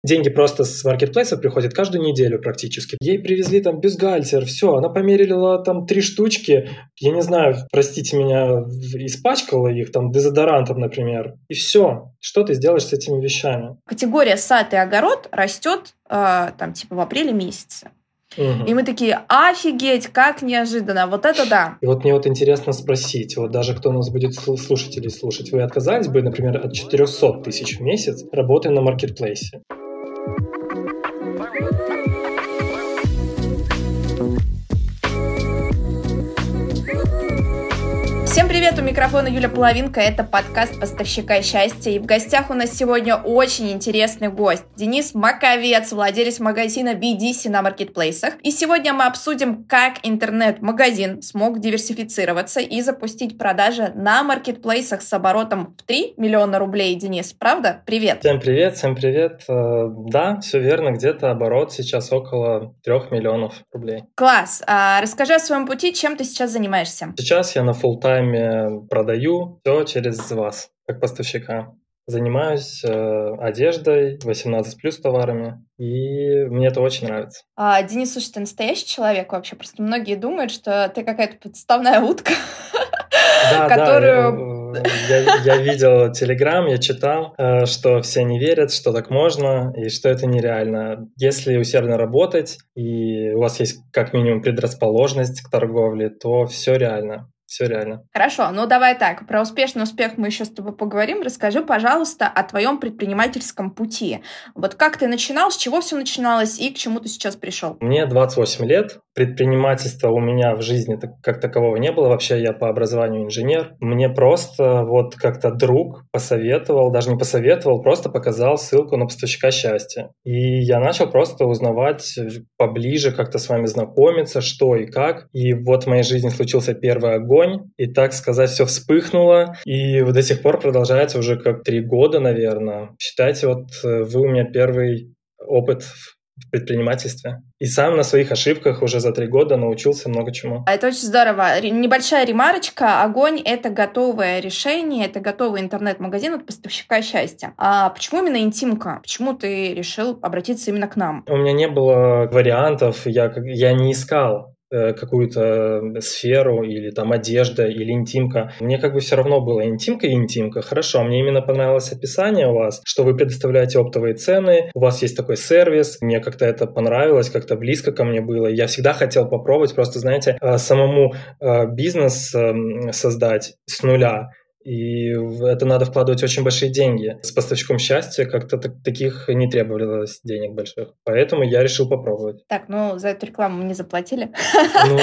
Деньги просто с маркетплейса приходят каждую неделю практически. Ей привезли там бюстгальтер, все, она померила там 3 штучки, я не знаю, простите меня, испачкала их там дезодорантом, например, и все. Что ты сделаешь с этими вещами? Категория сад и огород растет там типа в апреле месяце. Угу. И мы такие, офигеть, как неожиданно, вот это да. И вот мне вот интересно спросить, вот даже кто нас будет слушать, вы отказались бы, например, от 400 тысяч в месяц, работая на маркетплейсе? Всем привет, у микрофона Юля Половинка, это подкаст «Поставщика счастья», и в гостях у нас сегодня очень интересный гость, Денис Маковец, владелец магазина BDC на маркетплейсах, и сегодня мы обсудим, как интернет-магазин смог диверсифицироваться и запустить продажи на маркетплейсах с оборотом в 3 миллиона рублей. Денис, правда? Привет! Всем привет! Да, все верно, где-то оборот сейчас около 3 миллионов рублей. Класс! Расскажи о своем пути, чем ты сейчас занимаешься? Сейчас я на фулл-тайме продаю все через вас, как поставщика. Занимаюсь одеждой, 18+ товарами, и мне это очень нравится. Денис, слушай, ты настоящий человек вообще? Просто многие думают, что ты какая-то подставная утка, которую... Я видел Телеграм, я читал, что все не верят, что так можно, и что это нереально. Если усердно работать, и у вас есть как минимум предрасположенность к торговле, то все реально. Все реально. Хорошо, ну давай так, про успешный успех мы еще с тобой поговорим. Расскажи, пожалуйста, о твоем предпринимательском пути. Вот как ты начинал, с чего все начиналось и к чему ты сейчас пришел? Мне 28 лет. Предпринимательства у меня в жизни как такового не было. Вообще я по образованию инженер. Мне просто вот как-то друг посоветовал, даже не посоветовал, просто показал ссылку на поставщика счастья. И я начал просто узнавать поближе, как-то с вами знакомиться, что и как. И вот в моей жизни случился первый огонь. И, так сказать, все вспыхнуло. И до сих пор продолжается уже как 3 года, наверное. Считайте, вот вы у меня первый опыт в предпринимательстве. И сам на своих ошибках уже за 3 года научился много чему. Это очень здорово. Небольшая ремарочка. Огонь — это готовое решение, это готовый интернет-магазин от поставщика счастья. А почему именно интимка? Почему ты решил обратиться именно к нам? У меня не было вариантов, я не искал какую-то сферу или там одежда или интимка. Мне как бы все равно было интимка и интимка. Хорошо, мне именно понравилось описание у вас, что вы предоставляете оптовые цены, у вас есть такой сервис. Мне как-то это понравилось, как-то близко ко мне было. Я всегда хотел попробовать просто, знаете, самому бизнес создать с нуля. И в это надо вкладывать очень большие деньги. С поставщиком счастья как-то таких не требовалось денег больших. Поэтому я решил попробовать. Так, ну за эту рекламу мы не заплатили. Ну,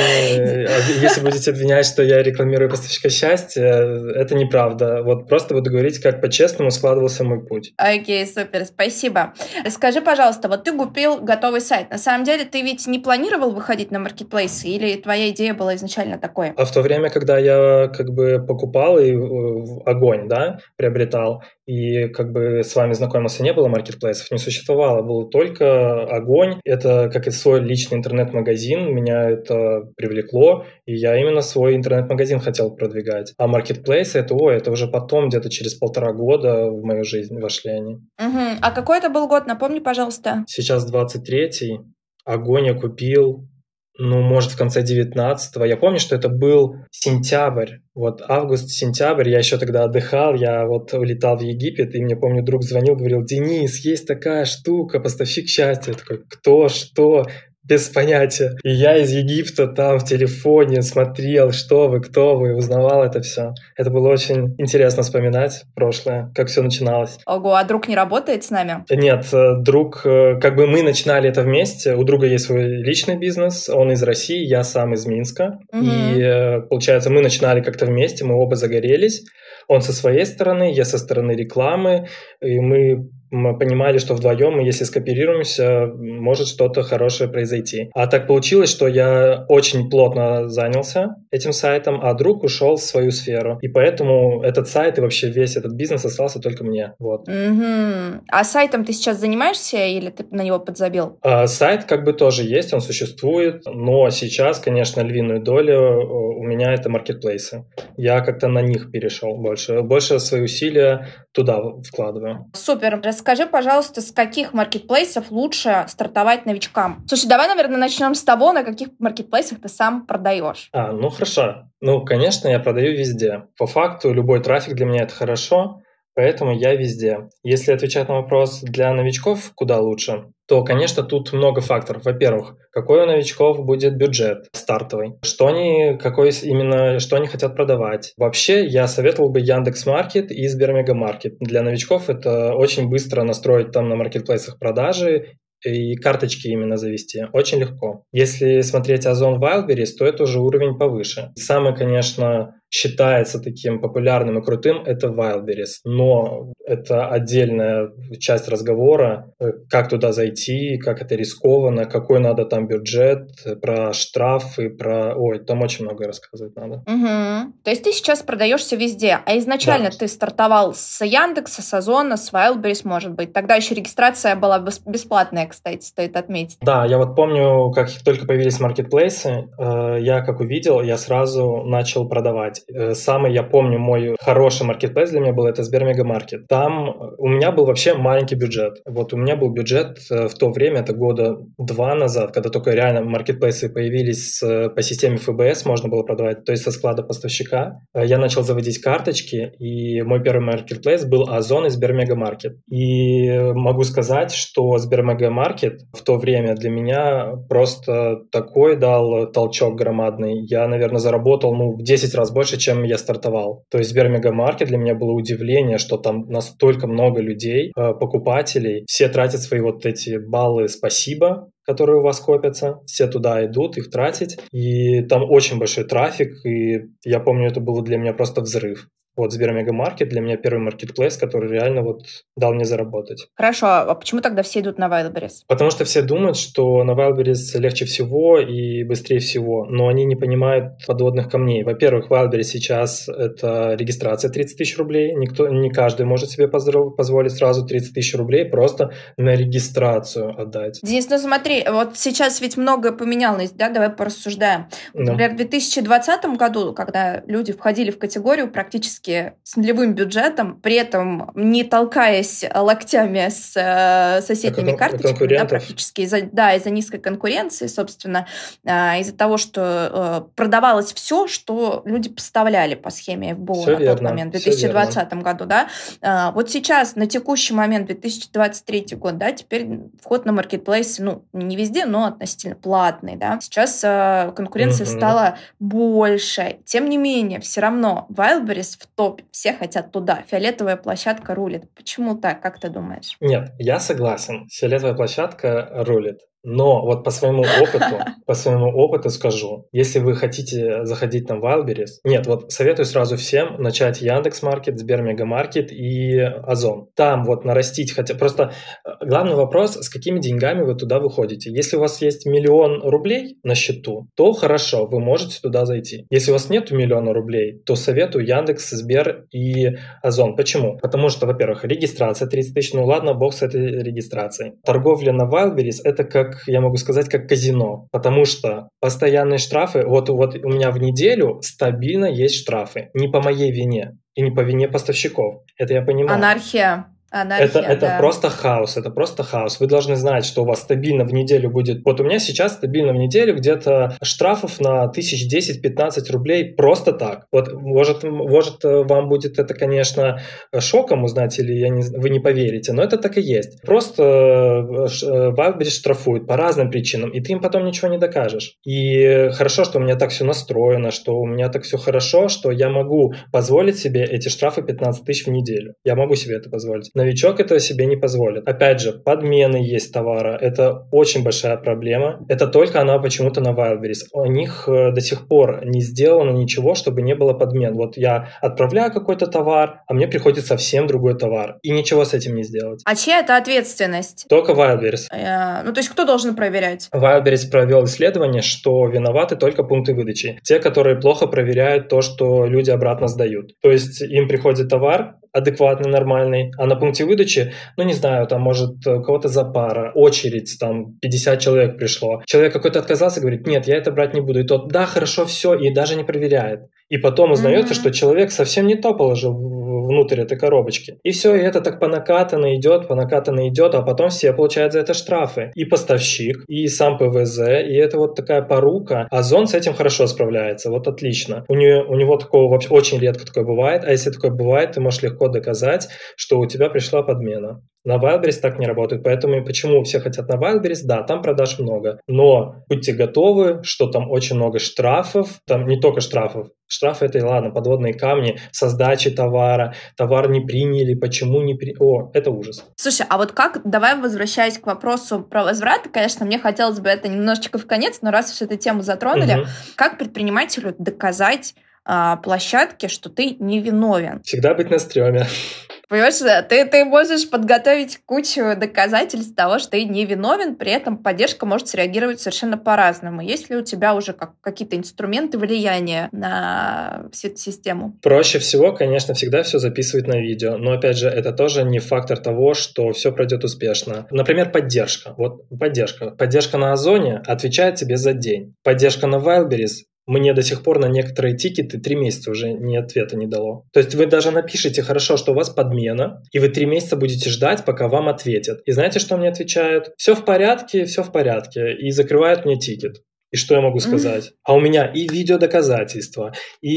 если будете обвинять, что я рекламирую поставщика счастья, это неправда. Вот просто буду говорить, как по-честному складывался мой путь. Окей, супер, спасибо. Скажи, пожалуйста, вот ты купил готовый сайт. На самом деле ты ведь не планировал выходить на маркетплейсы или твоя идея была изначально такой? А в то время, когда я как бы покупал и огонь, да, приобретал, и как бы с вами знакомился, не было маркетплейсов, не существовало, был только огонь. Это как и свой личный интернет-магазин, меня это привлекло, и я именно свой интернет-магазин хотел продвигать. А маркетплейсы, это уже потом, где-то через 1,5 года в мою жизнь вошли они. Угу. А какой это был год, напомни, пожалуйста. Сейчас 23-й, огонь я купил, может, в конце 19-го. Я помню, что это был сентябрь. Вот август-сентябрь, я еще тогда отдыхал, я вот улетал в Египет, и мне, помню, друг звонил, говорил: «Денис, есть такая штука, поставщик счастья». Я такой: кто, что? Без понятия. И я из Египта там в телефоне смотрел, что вы, кто вы, узнавал это все. Это было очень интересно вспоминать прошлое, как все начиналось. Ого, а друг не работает с нами? Нет, друг, как бы мы начинали это вместе. У друга есть свой личный бизнес, он из России, я сам из Минска. Угу. И получается, мы начинали как-то вместе, мы оба загорелись. Он со своей стороны, я со стороны рекламы, и мы понимали, что вдвоем мы, если скооперируемся, может что-то хорошее произойти. А так получилось, что я очень плотно занялся этим сайтом, а друг ушел в свою сферу. И поэтому этот сайт и вообще весь этот бизнес остался только мне. Вот. Угу. А сайтом ты сейчас занимаешься или ты на него подзабил? Сайт как бы тоже есть, он существует, но сейчас, конечно, львиную долю у меня это маркетплейсы. Я как-то на них перешел больше. Больше свои усилия туда вкладываю. Супер. Расскажи, пожалуйста, с каких маркетплейсов лучше стартовать новичкам? Слушай, давай, наверное, начнем с того, на каких маркетплейсах ты сам продаешь. Хорошо. Конечно, я продаю везде. По факту любой трафик для меня это хорошо, поэтому я везде. Если отвечать на вопрос для новичков, куда лучше, то, конечно, тут много факторов. Во-первых, какой у новичков будет бюджет стартовый, что они хотят продавать. Вообще, я советовал бы Яндекс.Маркет и Сбермегамаркет. Для новичков это очень быстро настроить там на маркетплейсах продажи и карточки именно завести. Очень легко. Если смотреть Озон Wildberries, то это уже уровень повыше. Самый, конечно, считается таким популярным и крутым, это Wildberries. Но это отдельная часть разговора, как туда зайти, как это рискованно, какой надо там бюджет, про штрафы, там очень много рассказывать надо. Угу. То есть ты сейчас продаешься везде, а изначально ты стартовал с Яндекса, с Озона, с Wildberries, может быть. Тогда еще регистрация была бесплатная, кстати, стоит отметить. Да, я вот помню, как только появились маркетплейсы, я как увидел, я сразу начал продавать. Самый, я помню, мой хороший маркетплейс для меня был, это Сбермегамаркет. Там у меня был вообще маленький бюджет. Вот у меня был бюджет в то время, это года 2 назад, когда только реально маркетплейсы появились по системе ФБС, можно было продавать, то есть со склада поставщика. Я начал заводить карточки, и мой первый маркетплейс был Озон и Сбермегамаркет. И могу сказать, что Сбермегамаркет в то время для меня просто такой дал толчок громадный. Я, наверное, заработал в 10 раз больше, чем я стартовал. То есть Сбермегамаркет для меня было удивление, что там настолько много людей, покупателей, все тратят свои вот эти баллы «Спасибо», которые у вас копятся, все туда идут их тратить, и там очень большой трафик, и я помню, это было для меня просто взрыв. Вот Сбермегамаркет для меня первый маркетплейс, который реально дал мне заработать. Хорошо, а почему тогда все идут на Wildberries? Потому что все думают, что на Wildberries легче всего и быстрее всего, но они не понимают подводных камней. Во-первых, Wildberries сейчас это регистрация 30 тысяч рублей. Не каждый может себе позволить сразу 30 тысяч рублей просто на регистрацию отдать. Денис, смотри, вот сейчас ведь многое поменялось, да? Давай порассуждаем. Например, в 2020 году, когда люди входили в категорию практически с нулевым бюджетом, при этом не толкаясь локтями с соседними карточками, да, практически из-за низкой конкуренции, собственно, из-за того, что продавалось все, что люди поставляли по схеме ФБО на тот момент, в 2020 году, да. Вот сейчас, на текущий момент, 2023 год, да, теперь вход на маркетплейс, не везде, но относительно платный, да. Сейчас конкуренция стала больше. Тем не менее, все равно Wildberries в топе. Все хотят туда. Фиолетовая площадка рулит. Почему так? Как ты думаешь? Нет, я согласен. Фиолетовая площадка рулит. Но вот по своему опыту скажу, если вы хотите заходить на Wildberries, советую сразу всем начать Яндекс.Маркет, Сбермегамаркет и Озон. Там нарастить просто главный вопрос, с какими деньгами вы туда выходите. Если у вас есть 1 000 000 рублей на счету, то хорошо, вы можете туда зайти. Если у вас нет 1 000 000 рублей, то советую Яндекс, Сбер и Озон. Почему? Потому что, во-первых, регистрация 30 тысяч, ладно, бог с этой регистрацией. Торговля на Wildberries это как казино, потому что постоянные штрафы, вот у меня в неделю стабильно есть штрафы, не по моей вине и не по вине поставщиков, это я понимаю. Анархия. Это просто хаос, Вы должны знать, что у вас стабильно в неделю будет... Вот у меня сейчас стабильно в неделю где-то штрафов на 1010-15 рублей просто так. Вот, может, вам будет это, конечно, шоком узнать, или вы не поверите, но это так и есть. Просто Wildberries штрафуют по разным причинам, и ты им потом ничего не докажешь. И хорошо, что у меня так все настроено, что у меня так все хорошо, что я могу позволить себе эти штрафы 15 тысяч в неделю. Я могу себе это позволить. Новичок этого себе не позволит. Опять же, подмены есть товара. Это очень большая проблема. Это только она почему-то на Wildberries. У них до сих пор не сделано ничего, чтобы не было подмен. Вот я отправляю какой-то товар, а мне приходит совсем другой товар. И ничего с этим не сделать. А чья это ответственность? Только Wildberries. То есть кто должен проверять? Wildberries провел исследование, что виноваты только пункты выдачи. Те, которые плохо проверяют то, что люди обратно сдают. То есть им приходит товар, адекватный, нормальный, а на пункте выдачи, не знаю, там может у кого-то запара, очередь, там 50 человек пришло. Человек какой-то отказался, говорит, нет, я это брать не буду. И тот, да, хорошо, все, и даже не проверяет. И потом узнается, что человек совсем не то положил внутрь этой коробочки. И все, и это так по накатанной идет, а потом все получают за это штрафы. И поставщик, и сам ПВЗ, и это вот такая порука. Озон с этим хорошо справляется, вот отлично. У него такого вообще очень редко такое бывает, а если такое бывает, ты можешь легко доказать, что у тебя пришла подмена. На Wildberries так не работает, поэтому и почему все хотят на Wildberries, да, там продаж много, но будьте готовы, что там очень много штрафов, там не только штрафов, штрафы это, ладно, подводные камни, со сдачи товара, товар не приняли, почему не приняли, это ужас. Слушай, а вот как, давай возвращаясь к вопросу про возврат, конечно, мне хотелось бы это немножечко в конец, но раз уж эту тему затронули, как предпринимателю доказать площадке, что ты невиновен? Всегда быть на стреме. Понимаешь, ты можешь подготовить кучу доказательств того, что ты невиновен, при этом поддержка может среагировать совершенно по-разному. Есть ли у тебя уже какие-то инструменты влияния на всю эту систему? Проще всего, конечно, всегда все записывать на видео, но, опять же, это тоже не фактор того, что все пройдет успешно. Например, поддержка. Вот поддержка. Поддержка на Озоне отвечает тебе за день. Поддержка на Wildberries мне до сих пор на некоторые тикеты 3 месяца уже ни ответа не дало. То есть вы даже напишите хорошо, что у вас подмена, и вы 3 месяца будете ждать, пока вам ответят. И знаете, что мне отвечают? Все в порядке, и закрывают мне тикет. И что я могу сказать? А у меня и видеодоказательства,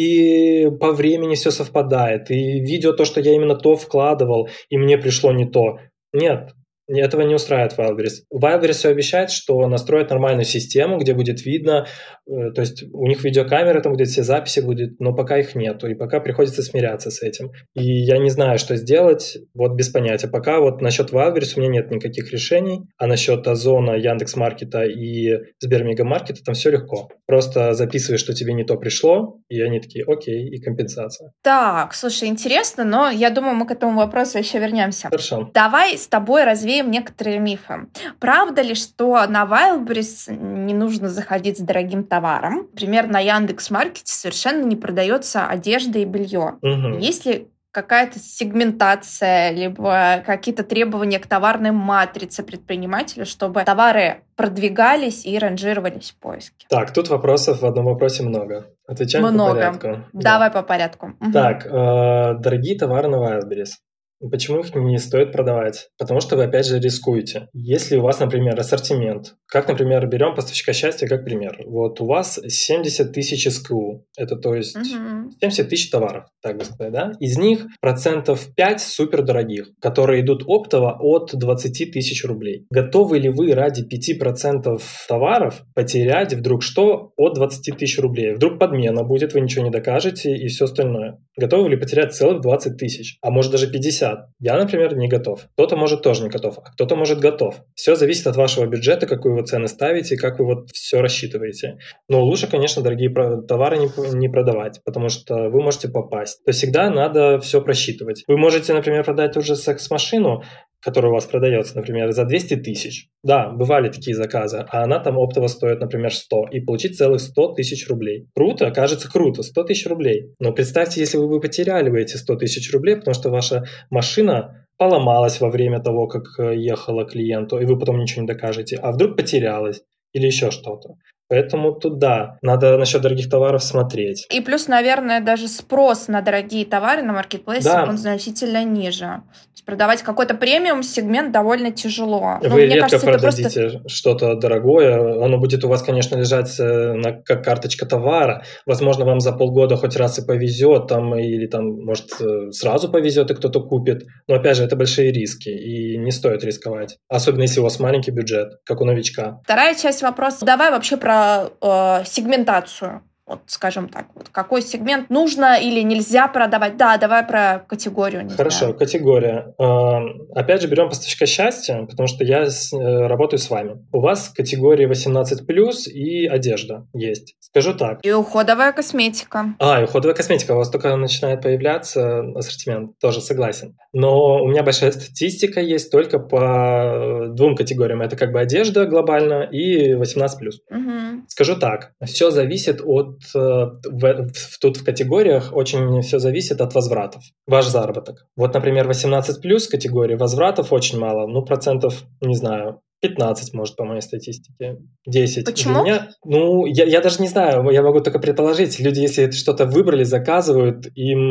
и по времени все совпадает, и видео то, что я именно то вкладывал, и мне пришло не то. Нет. Этого не устраивает Wildberries. Wildberries все обещает, что настроят нормальную систему, где будет видно, то есть у них видеокамеры, там будет все записи будет, но пока их нету, и пока приходится смиряться с этим. И я не знаю, что сделать, вот без понятия. Пока вот насчет Wildberries у меня нет никаких решений, а насчет Озона, Яндекс.Маркета и Сбермегамаркета там все легко. Просто записываешь, что тебе не то пришло, и они такие, окей, и компенсация. Так, слушай, интересно, но я думаю, мы к этому вопросу еще вернемся. Хорошо. Давай с тобой развеем некоторые мифы. Правда ли, что на Wildberries не нужно заходить с дорогим товаром? Например, на Яндекс.Маркете совершенно не продается одежда и белье. Есть ли какая-то сегментация, либо какие-то требования к товарной матрице предпринимателя, чтобы товары продвигались и ранжировались в поиске? Так, тут вопросов в одном вопросе много. Отвечаем по порядку. Давай по порядку. Так, дорогие товары на Wildberries. Почему их не стоит продавать? Потому что вы, опять же, рискуете. Если у вас, например, ассортимент, как, например, берем поставщика счастья как пример. Вот у вас 70 тысяч СКУ, это то есть 70 тысяч товаров, так бы сказать, да? Из них 5% супердорогих, которые идут оптово от 20 тысяч рублей. Готовы ли вы ради 5% товаров потерять вдруг что от 20 тысяч рублей? Вдруг подмена будет, вы ничего не докажете и все остальное. Готовы ли потерять целых 20 тысяч, а может даже 50? Я, например, не готов. Кто-то может тоже не готов, а кто-то может готов. Все зависит от вашего бюджета, какую вы цены ставите и как вы вот все рассчитываете. Но лучше, конечно, дорогие товары не продавать, потому что вы можете попасть. То есть всегда надо все просчитывать. Вы можете, например, продать уже секс-машину, которая у вас продается, например, за 200 тысяч. Да, бывали такие заказы, а она там оптово стоит, например, 100, и получить целых 100 тысяч рублей. Круто, кажется круто, 100 тысяч рублей. Но представьте, если вы бы потеряли бы эти 100 тысяч рублей, потому что ваша машина поломалась во время того, как ехала клиенту, и вы потом ничего не докажете, а вдруг потерялась или еще что-то. Поэтому тут да, надо насчет дорогих товаров смотреть. И плюс, наверное, даже спрос на дорогие товары на маркетплейсе, да, он значительно ниже. То есть продавать какой-то премиум-сегмент довольно тяжело. Вы редко продадите что-то дорогое. Оно будет у вас, конечно, лежать как карточка товара. Возможно, вам за полгода хоть раз и повезет, там, или там, может, сразу повезет и кто-то купит. Но, опять же, это большие риски, и не стоит рисковать. Особенно, если у вас маленький бюджет, как у новичка. Вторая часть вопроса. Давай вообще про сегментацию. Вот, скажем так, вот какой сегмент нужно или нельзя продавать? Да, давай про категорию. Хорошо, категория. Опять же, берем поставщика счастья, потому что я работаю с вами. У вас категории 18+, и одежда есть. Скажу так. И уходовая косметика. И уходовая косметика. У вас только начинает появляться ассортимент. Тоже согласен. Но у меня большая статистика есть только по 2 категориям. Это как бы одежда глобально и 18+. Скажу так. Все зависит от тут в категориях очень все зависит от возвратов. Ваш заработок. Вот, например, 18+ категории возвратов очень мало, процентов, не знаю, 15, может, по моей статистике. 10. Почему? Для меня, я даже не знаю, я могу только предположить. Люди, если что-то выбрали, заказывают,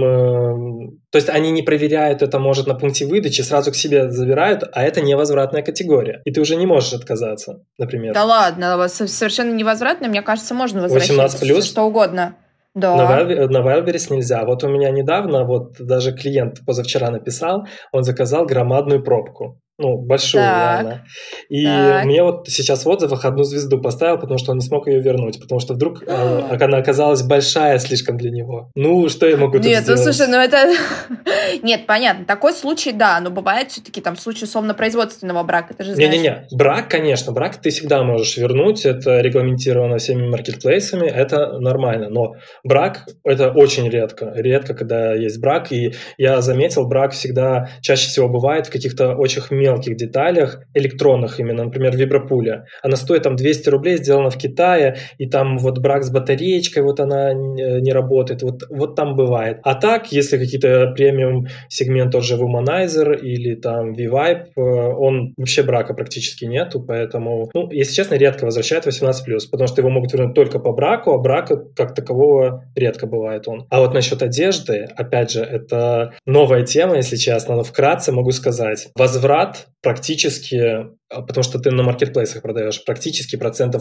то есть они не проверяют это, может, на пункте выдачи, сразу к себе забирают, а это невозвратная категория. И ты уже не можешь отказаться, например. Да ладно, совершенно невозвратно, мне кажется, можно возвращать 18+. что угодно. Да. На Wildberries нельзя. Вот у меня недавно, даже клиент позавчера написал, он заказал громадную пробку. Большую, реально. И мне сейчас в отзывах 1 звезду поставил, потому что он не смог ее вернуть, потому что вдруг она оказалась большая слишком для него. Что я могу тут сделать? Нет, слушай, это... Нет, понятно, такой случай, да, но бывает все-таки там случай условно-производственного брака, ты же знаешь. Не-не-не, брак, конечно, брак ты всегда можешь вернуть, это регламентировано всеми маркетплейсами, это нормально, но брак – это очень редко, когда есть брак, и я заметил, брак всегда чаще всего бывает в каких-то очень мелких деталях, электронных именно, например, вибропуля. Она стоит там 200 рублей, сделана в Китае, и там брак с батареечкой, она не работает, вот там бывает. А так, если какие-то премиум сегмент, тот же Womanizer или там V-Vibe, он вообще брака практически нету, поэтому, если честно, редко возвращают 18+, потому что его могут вернуть только по браку, а брака как такового редко бывает он. А вот насчет одежды, опять же, это новая тема, если честно, но вкратце могу сказать. Возврат практически, потому что ты на маркетплейсах продаешь, практически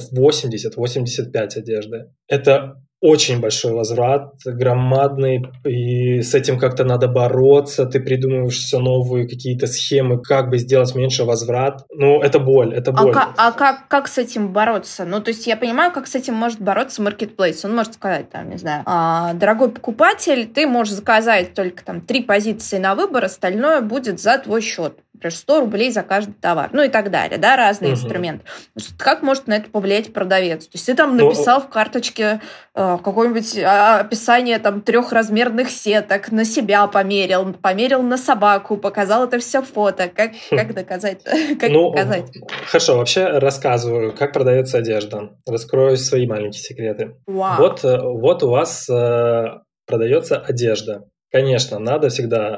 80-85% одежды. Это очень большой возврат, громадный, и с этим как-то надо бороться, ты придумываешь все новые какие-то схемы, как бы сделать меньше возврат. Это боль. А как с этим бороться? То есть я понимаю, как с этим может бороться маркетплейс. Он может сказать, не знаю, дорогой покупатель, ты можешь заказать только 3 позиции на выбор, остальное будет за твой счет. Например, 100 рублей за каждый товар, и так далее, да, разные инструменты. Как может на это повлиять продавец? То есть ты там написал в карточке какое-нибудь описание 3-размерных сеток, на себя померил на собаку, показал это все фото. Как доказать? Показать? Хорошо, вообще рассказываю, как продается одежда. Раскрою свои маленькие секреты. Вау. Вот у вас продается одежда. Конечно, надо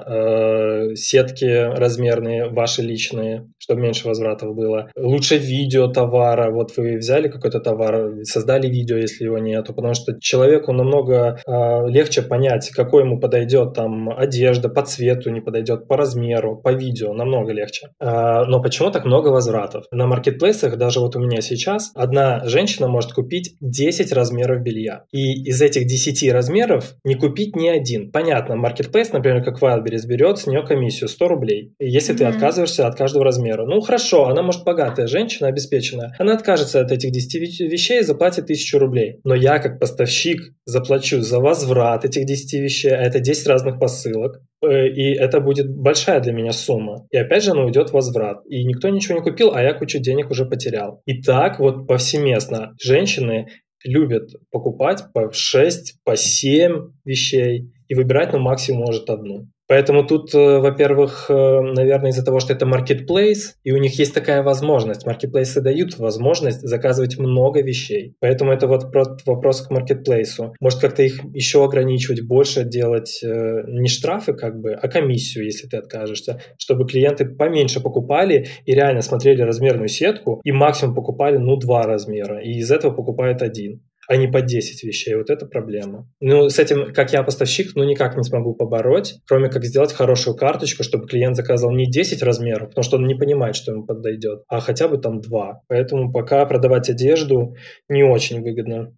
всегда сетки размерные, ваши личные, чтобы меньше возвратов было. Лучше видео товара. Вот вы взяли какой-то товар, создали видео, если его нету, потому что человеку намного легче понять, какой ему подойдет одежда, по цвету не подойдет, по размеру, по видео, намного легче. Но почему так много возвратов? На маркетплейсах, даже вот у меня сейчас, одна женщина может купить 10 размеров белья. И из этих 10 размеров не купить ни один. Понятно, маркетплейс, например, как Wildberries, берет с нее комиссию 100 рублей, если ты отказываешься от каждого размера. Хорошо, она, может, богатая женщина, обеспеченная, она откажется от этих 10 вещей и заплатит 1000 рублей. Но я, как поставщик, заплачу за возврат этих 10 вещей, а это 10 разных посылок, и это будет большая для меня сумма. И опять же, она уйдет в возврат. И никто ничего не купил, а я кучу денег уже потерял. И так повсеместно женщины любят покупать по 6, по 7 вещей, и выбирать максимум может одну. Поэтому тут, во-первых, наверное, из-за того, что это маркетплейс, и у них есть такая возможность. Маркетплейсы дают возможность заказывать много вещей. Поэтому это вопрос к маркетплейсу. Может, как-то их еще ограничивать, больше делать не штрафы, а комиссию, если ты откажешься, чтобы клиенты поменьше покупали и реально смотрели размерную сетку и максимум покупали 2 размера, и из этого покупают 1. А не по 10 вещей. Вот это проблема. С этим, как я поставщик, никак не смогу побороть, кроме как сделать хорошую карточку, чтобы клиент заказывал не 10 размеров, потому что он не понимает, что ему подойдет, а хотя бы 2. Поэтому пока продавать одежду не очень выгодно.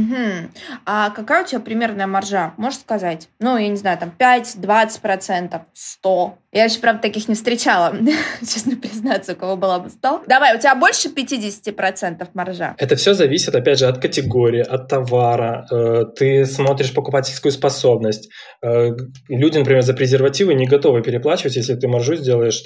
А какая у тебя примерная маржа? Можешь сказать? Я не знаю, 5, 20%, 100%. Я вообще, правда, таких не встречала. Честно признаться, у кого была бы 100. Давай, у тебя больше 50% маржа? Это все зависит, опять же, от категории, от товара. Ты смотришь покупательскую способность. Люди, например, за презервативы не готовы переплачивать, если ты маржу сделаешь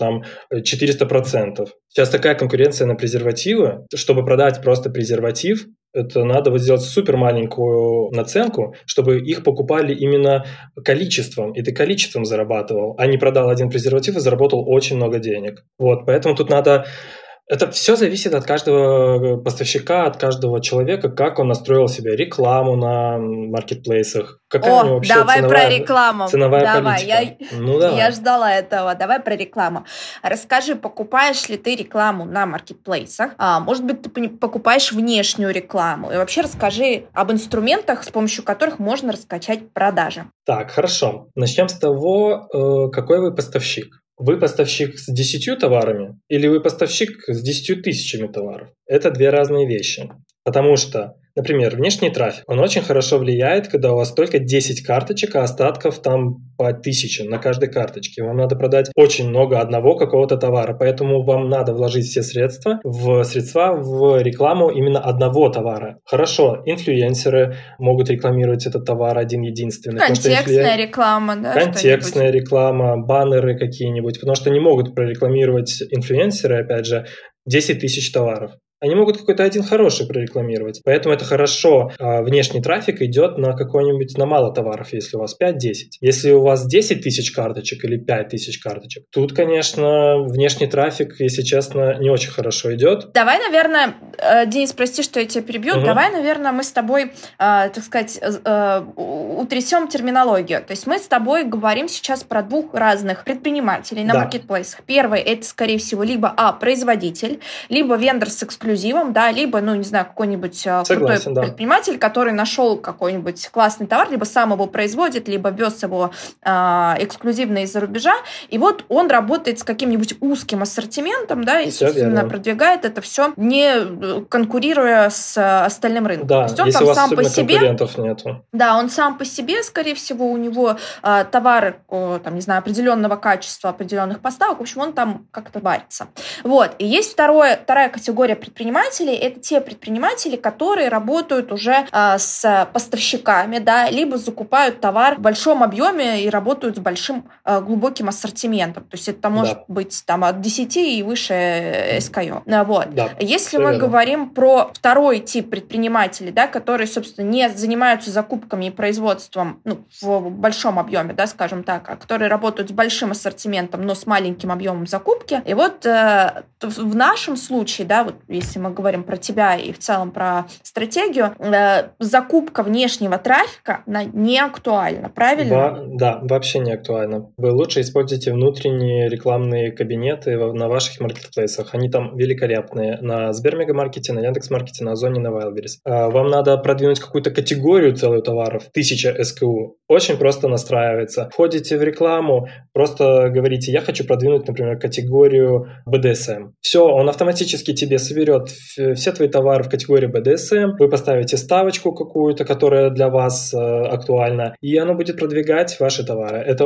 400%. Сейчас такая конкуренция на презервативы. Чтобы продать просто презерватив, это надо сделать супер маленькую наценку, чтобы их покупали именно количеством, и ты количеством зарабатывал, а не продал один презерватив и заработал очень много денег. Поэтому тут надо Это все зависит от каждого поставщика, от каждого человека, как он настроил себе рекламу на маркетплейсах, какая у него вообще давай про рекламу. ценовая давай, политика. Я ждала этого. Давай про рекламу. Расскажи, покупаешь ли ты рекламу на маркетплейсах? Может быть, ты покупаешь внешнюю рекламу? И вообще расскажи об инструментах, с помощью которых можно раскачать продажи. Так, хорошо. Начнем с того, какой вы поставщик. Вы поставщик с 10 товарами или вы поставщик с 10 тысячами товаров? Это две разные вещи. Потому что, например, внешний трафик, он очень хорошо влияет, когда у вас только 10 карточек, а остатков там по 1000 на каждой карточке. Вам надо продать очень много одного какого-то товара, поэтому вам надо вложить все средства в рекламу именно одного товара. Хорошо, инфлюенсеры могут рекламировать этот товар один-единственный. Контекстная реклама, да? Контекстная реклама, баннеры какие-нибудь, потому что не могут прорекламировать инфлюенсеры, опять же, 10 тысяч товаров. Они могут какой-то один хороший прорекламировать. Поэтому это хорошо. Внешний трафик идет на на мало товаров, если у вас 5-10. Если у вас 10 тысяч карточек или 5 тысяч карточек, тут, конечно, внешний трафик, если честно, не очень хорошо идет. Давай, наверное, Денис, прости, что я тебя перебью. Давай, наверное, мы с тобой, так сказать, утрясем терминологию. То есть мы с тобой говорим сейчас про двух разных предпринимателей на маркетплейсах. Первый – это, скорее всего, либо производитель, либо вендор с эксклюзивом, да, либо, какой-нибудь крутой предприниматель, который нашел какой-нибудь классный товар, либо сам его производит, либо вез его эксклюзивно из-за рубежа, и вот он работает с каким-нибудь узким ассортиментом, да, и, собственно, продвигает это все, не конкурируя с остальным рынком. Да, то есть он если там у вас сам по себе, конкурентов нету. Да, он сам по себе, скорее всего, у него товары, определенного качества, определенных поставок, в общем, он там как-то варится. Вот. И есть вторая категория предпринимателей, это те предприниматели, которые работают уже с поставщиками, да, либо закупают товар в большом объеме и работают с большим глубоким ассортиментом. То есть это может быть там, от 10 и выше SKU. Вот. Да, если мы говорим про второй тип предпринимателей, да, которые, собственно, не занимаются закупками и производством в большом объеме, да, скажем так, а которые работают с большим ассортиментом, но с маленьким объемом закупки. И вот в нашем случае, да, вот если мы говорим про тебя и в целом про стратегию, закупка внешнего трафика, она не актуальна, правильно? Да, вообще не актуальна. Вы лучше используйте внутренние рекламные кабинеты на ваших маркетплейсах. Они там великолепные. На Сбермегамаркете, на Яндекс.Маркете, на Озоне, на Wildberries. Вам надо продвинуть какую-то категорию целую товаров, 1000 SKU. Очень просто настраивается. Входите в рекламу, просто говорите, я хочу продвинуть, например, категорию BDSM. Все, он автоматически тебе соберет все твои товары в категории BDSM, вы поставите ставочку какую-то, которая для вас актуальна, и оно будет продвигать ваши товары. Это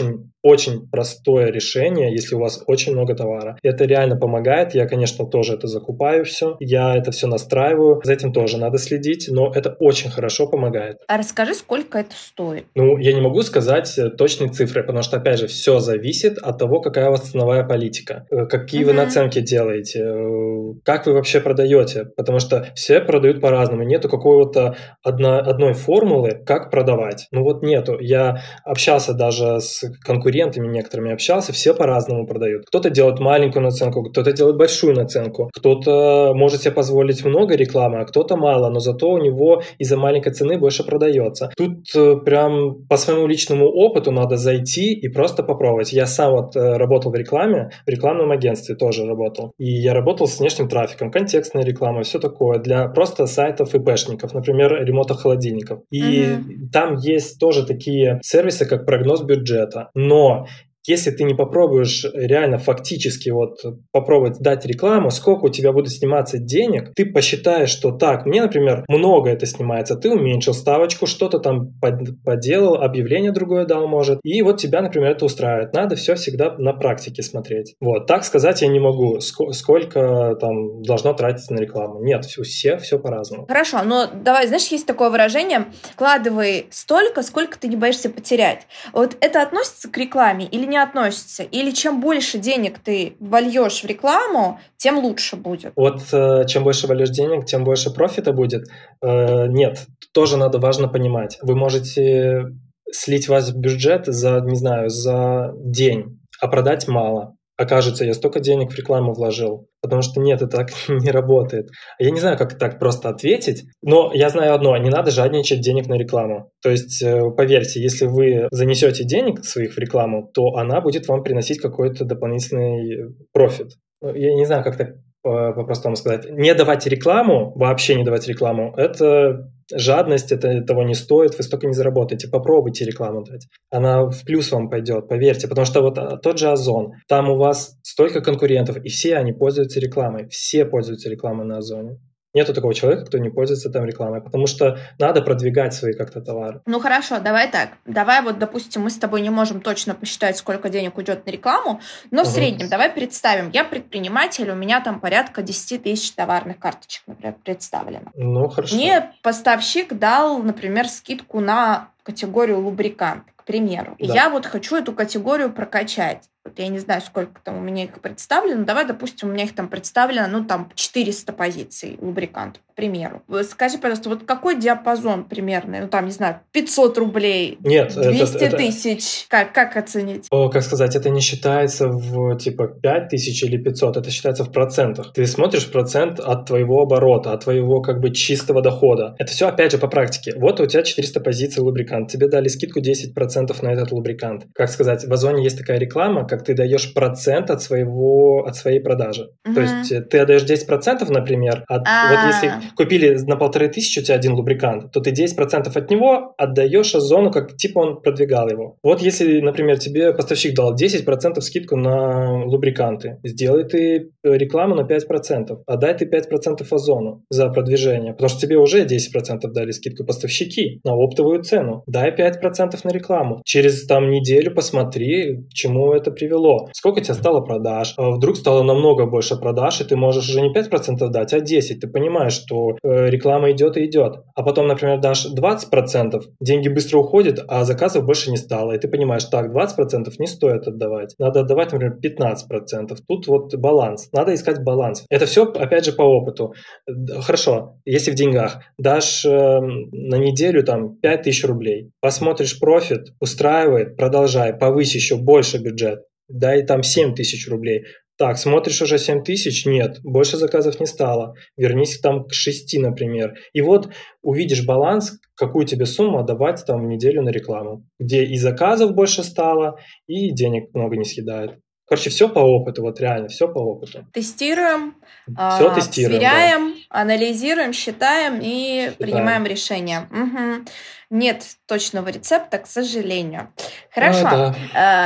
очень простое решение, если у вас очень много товара. Это реально помогает. Я, конечно, тоже это закупаю все. Я это все настраиваю. За этим тоже надо следить, но это очень хорошо помогает. А расскажи, сколько это стоит? Я не могу сказать точные цифры, потому что, опять же, все зависит от того, какая у вас ценовая политика, какие вы наценки делаете, как вы вообще продаете, потому что все продают по-разному. Нету какого-то одной формулы, как продавать. Нету. Я общался даже с конкурентами некоторыми, все по-разному продают. Кто-то делает маленькую наценку, кто-то делает большую наценку, кто-то может себе позволить много рекламы, а кто-то мало, но зато у него из-за маленькой цены больше продается. Тут прям по своему личному опыту надо зайти и просто попробовать. Я сам работал в рекламе, в рекламном агентстве тоже работал. И я работал с внешним трафиком, контекстная реклама, все такое для просто сайтов ИПшников, например, ремонта холодильников. И там есть тоже такие сервисы, как прогноз бюджета. Но если ты не попробуешь реально фактически попробовать дать рекламу, сколько у тебя будет сниматься денег, ты посчитаешь, что так, мне, например, много это снимается, ты уменьшил ставочку, что-то там поделал, объявление другое дал, может, и тебя, например, это устраивает. Надо все всегда на практике смотреть. Так сказать я не могу, сколько там должно тратиться на рекламу. Нет, все по-разному. Хорошо, но давай, знаешь, есть такое выражение, вкладывай столько, сколько ты не боишься потерять. Вот это относится к рекламе или не относится? Или чем больше денег ты вольешь в рекламу, тем лучше будет? Чем больше вольешь денег, тем больше профита будет. Нет, тоже важно понимать. Вы можете слить ваш бюджет за день, а продать мало. окажется, я столько денег в рекламу вложил. Потому что нет, это так не работает. Я не знаю, как так просто ответить, но я знаю одно, не надо жадничать денег на рекламу. То есть, поверьте, если вы занесете денег своих в рекламу, то она будет вам приносить какой-то дополнительный профит. Я не знаю, как так по-простому сказать. Не давать рекламу, вообще не давать рекламу, это жадность, это того не стоит, вы столько не заработаете. Попробуйте рекламу дать. Она в плюс вам пойдет, поверьте. Потому что вот тот же Озон, там у вас столько конкурентов, и все они пользуются рекламой. Все пользуются рекламой на Озоне. Нету такого человека, кто не пользуется там рекламой, потому что надо продвигать свои как-то товары. Ну хорошо, давай так. Давай вот, допустим, мы с тобой не можем точно посчитать, сколько денег уйдет на рекламу, но в среднем давай представим. Я предприниматель, у меня там порядка 10 тысяч товарных карточек, например, представлено. Ну хорошо. Мне поставщик дал, например, скидку на категорию лубрикант, к примеру. И я вот хочу эту категорию прокачать. Вот я не знаю, сколько там у меня их представлено. Давай, допустим, у меня их там представлено, 400 позиций лубрикантов, к примеру. Скажи, пожалуйста, вот какой диапазон примерный? 500 рублей, нет, 200 тысяч. Как оценить? Как сказать, это не считается в 5 тысяч или 500, это считается в процентах. Ты смотришь процент от твоего оборота, от твоего чистого дохода. Это все, опять же, по практике. Вот у тебя 400 позиций лубрикант. Тебе дали скидку 10% на этот лубрикант. Как сказать, в Озоне есть такая реклама, как ты даешь процент от своей продажи. То есть ты отдаешь 10%, например, вот если купили на 1500 у тебя один лубрикант, то ты 10% от него отдаешь Озону, как он продвигал его. Вот если, например, тебе поставщик дал 10% скидку на лубриканты, сделай ты рекламу на 5%, отдай ты 5% Озону за продвижение, потому что тебе уже 10% дали скидку поставщики на оптовую цену. Дай 5% на рекламу. Через неделю посмотри, к чему это привело. Сколько у тебя стало продаж? Вдруг стало намного больше продаж, и ты можешь уже не 5% дать, а 10%. Ты понимаешь, что реклама идет и идет. А потом, например, дашь 20%, деньги быстро уходят, а заказов больше не стало. И ты понимаешь, 20% не стоит отдавать. Надо отдавать, например, 15%. Тут вот баланс. Надо искать баланс. Это все, опять же, по опыту. Хорошо, если в деньгах дашь на неделю 5000 рублей, посмотришь профит, устраивает, продолжай, повысь еще больше бюджет. Дай 7000 рублей. Так, смотришь уже 7000? Нет, больше заказов не стало. Вернись к 6, например. И вот увидишь баланс, какую тебе сумму отдавать в неделю на рекламу, где и заказов больше стало, и денег много не съедает. Короче, все по опыту, вот реально, все по опыту. Тестируем, тестируем, сверяем, анализируем, считаем и принимаем решения. Угу. Нет точного рецепта, к сожалению. Хорошо.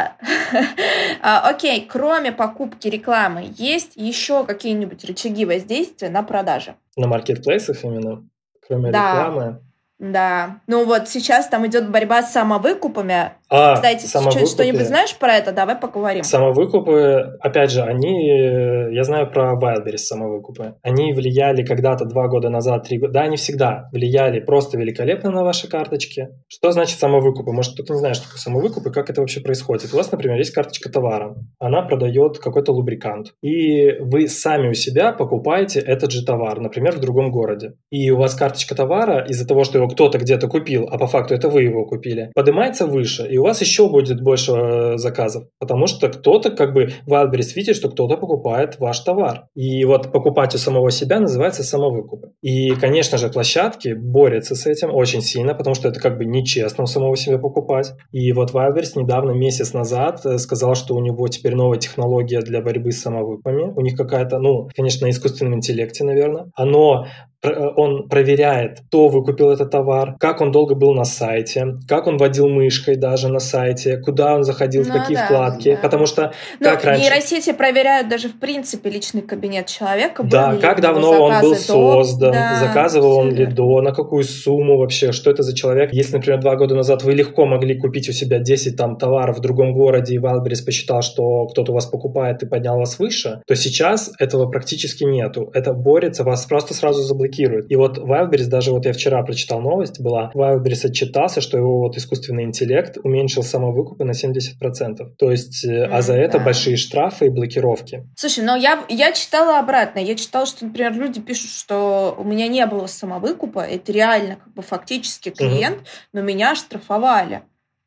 Окей, кроме покупки рекламы, есть еще какие-нибудь рычаги воздействия на продажи? На маркетплейсах именно? Кроме рекламы? Да. Вот сейчас там идет борьба с самовыкупами. Кстати, что-нибудь знаешь про это? Давай поговорим. Самовыкупы, опять же, я знаю про Wildberries самовыкупы. Они влияли когда-то 2 года назад, 3 года. Да, они всегда влияли просто великолепно на ваши карточки. Что значит самовыкупы? Может, кто-то не знает, что такое самовыкупы, как это вообще происходит. У вас, например, есть карточка товара. Она продает какой-то лубрикант. И вы сами у себя покупаете этот же товар, например, в другом городе. И у вас карточка товара, из-за того, что его кто-то где-то купил, а по факту это вы его купили, поднимается выше, и у вас еще будет больше заказов, потому что кто-то Wildberries видит, что кто-то покупает ваш товар. И вот покупать у самого себя называется самовыкуп. И, конечно же, площадки борются с этим очень сильно, потому что это нечестно у самого себя покупать. И вот Wildberries недавно, месяц назад, сказал, что у него теперь новая технология для борьбы с самовыкупами. У них какая-то, конечно, на искусственном интеллекте, наверное. Он проверяет, кто выкупил этот товар, как он долго был на сайте, как он водил мышкой даже на сайте, куда он заходил, в какие вкладки. Да. Потому что раньше... Нейросети проверяют даже в принципе личный кабинет человека. Да, как давно он был создан, заказывал он ли до, на какую сумму вообще, что это за человек. Если, например, 2 года назад вы легко могли купить у себя 10 товаров в другом городе, и Wildberries посчитал, что кто-то у вас покупает и поднял вас выше, то сейчас этого практически нету. Это борется, вас просто сразу заблокирует. И вот Wildberries, даже я вчера прочитал новость, Wildberries отчитался, что его искусственный интеллект уменьшил самовыкупы на 70%. То есть, а за это большие штрафы и блокировки. Слушай, я читала обратно. Я читала, что, например, люди пишут, что у меня не было самовыкупа, это реально фактически клиент, но меня штрафовали.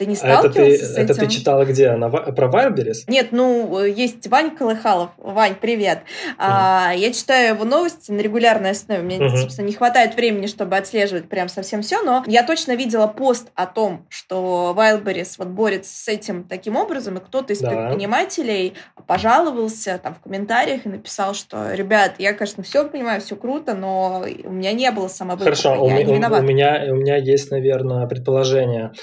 Ты не А сталкивался с это ты этим? читала где? Про Wildberries? Нет, есть Вань Колыхалов. Вань, привет. Я читаю его новости на регулярной основе. Мне, собственно, не хватает времени, чтобы отслеживать прям совсем все, но я точно видела пост о том, что Wildberries вот борется с этим таким образом, и кто-то из предпринимателей пожаловался там в комментариях и написал, что, ребят, я, конечно, все понимаю, все круто, но у меня не было самовыкупа, Хорошо, я не виноват. У меня есть, наверное, предположение.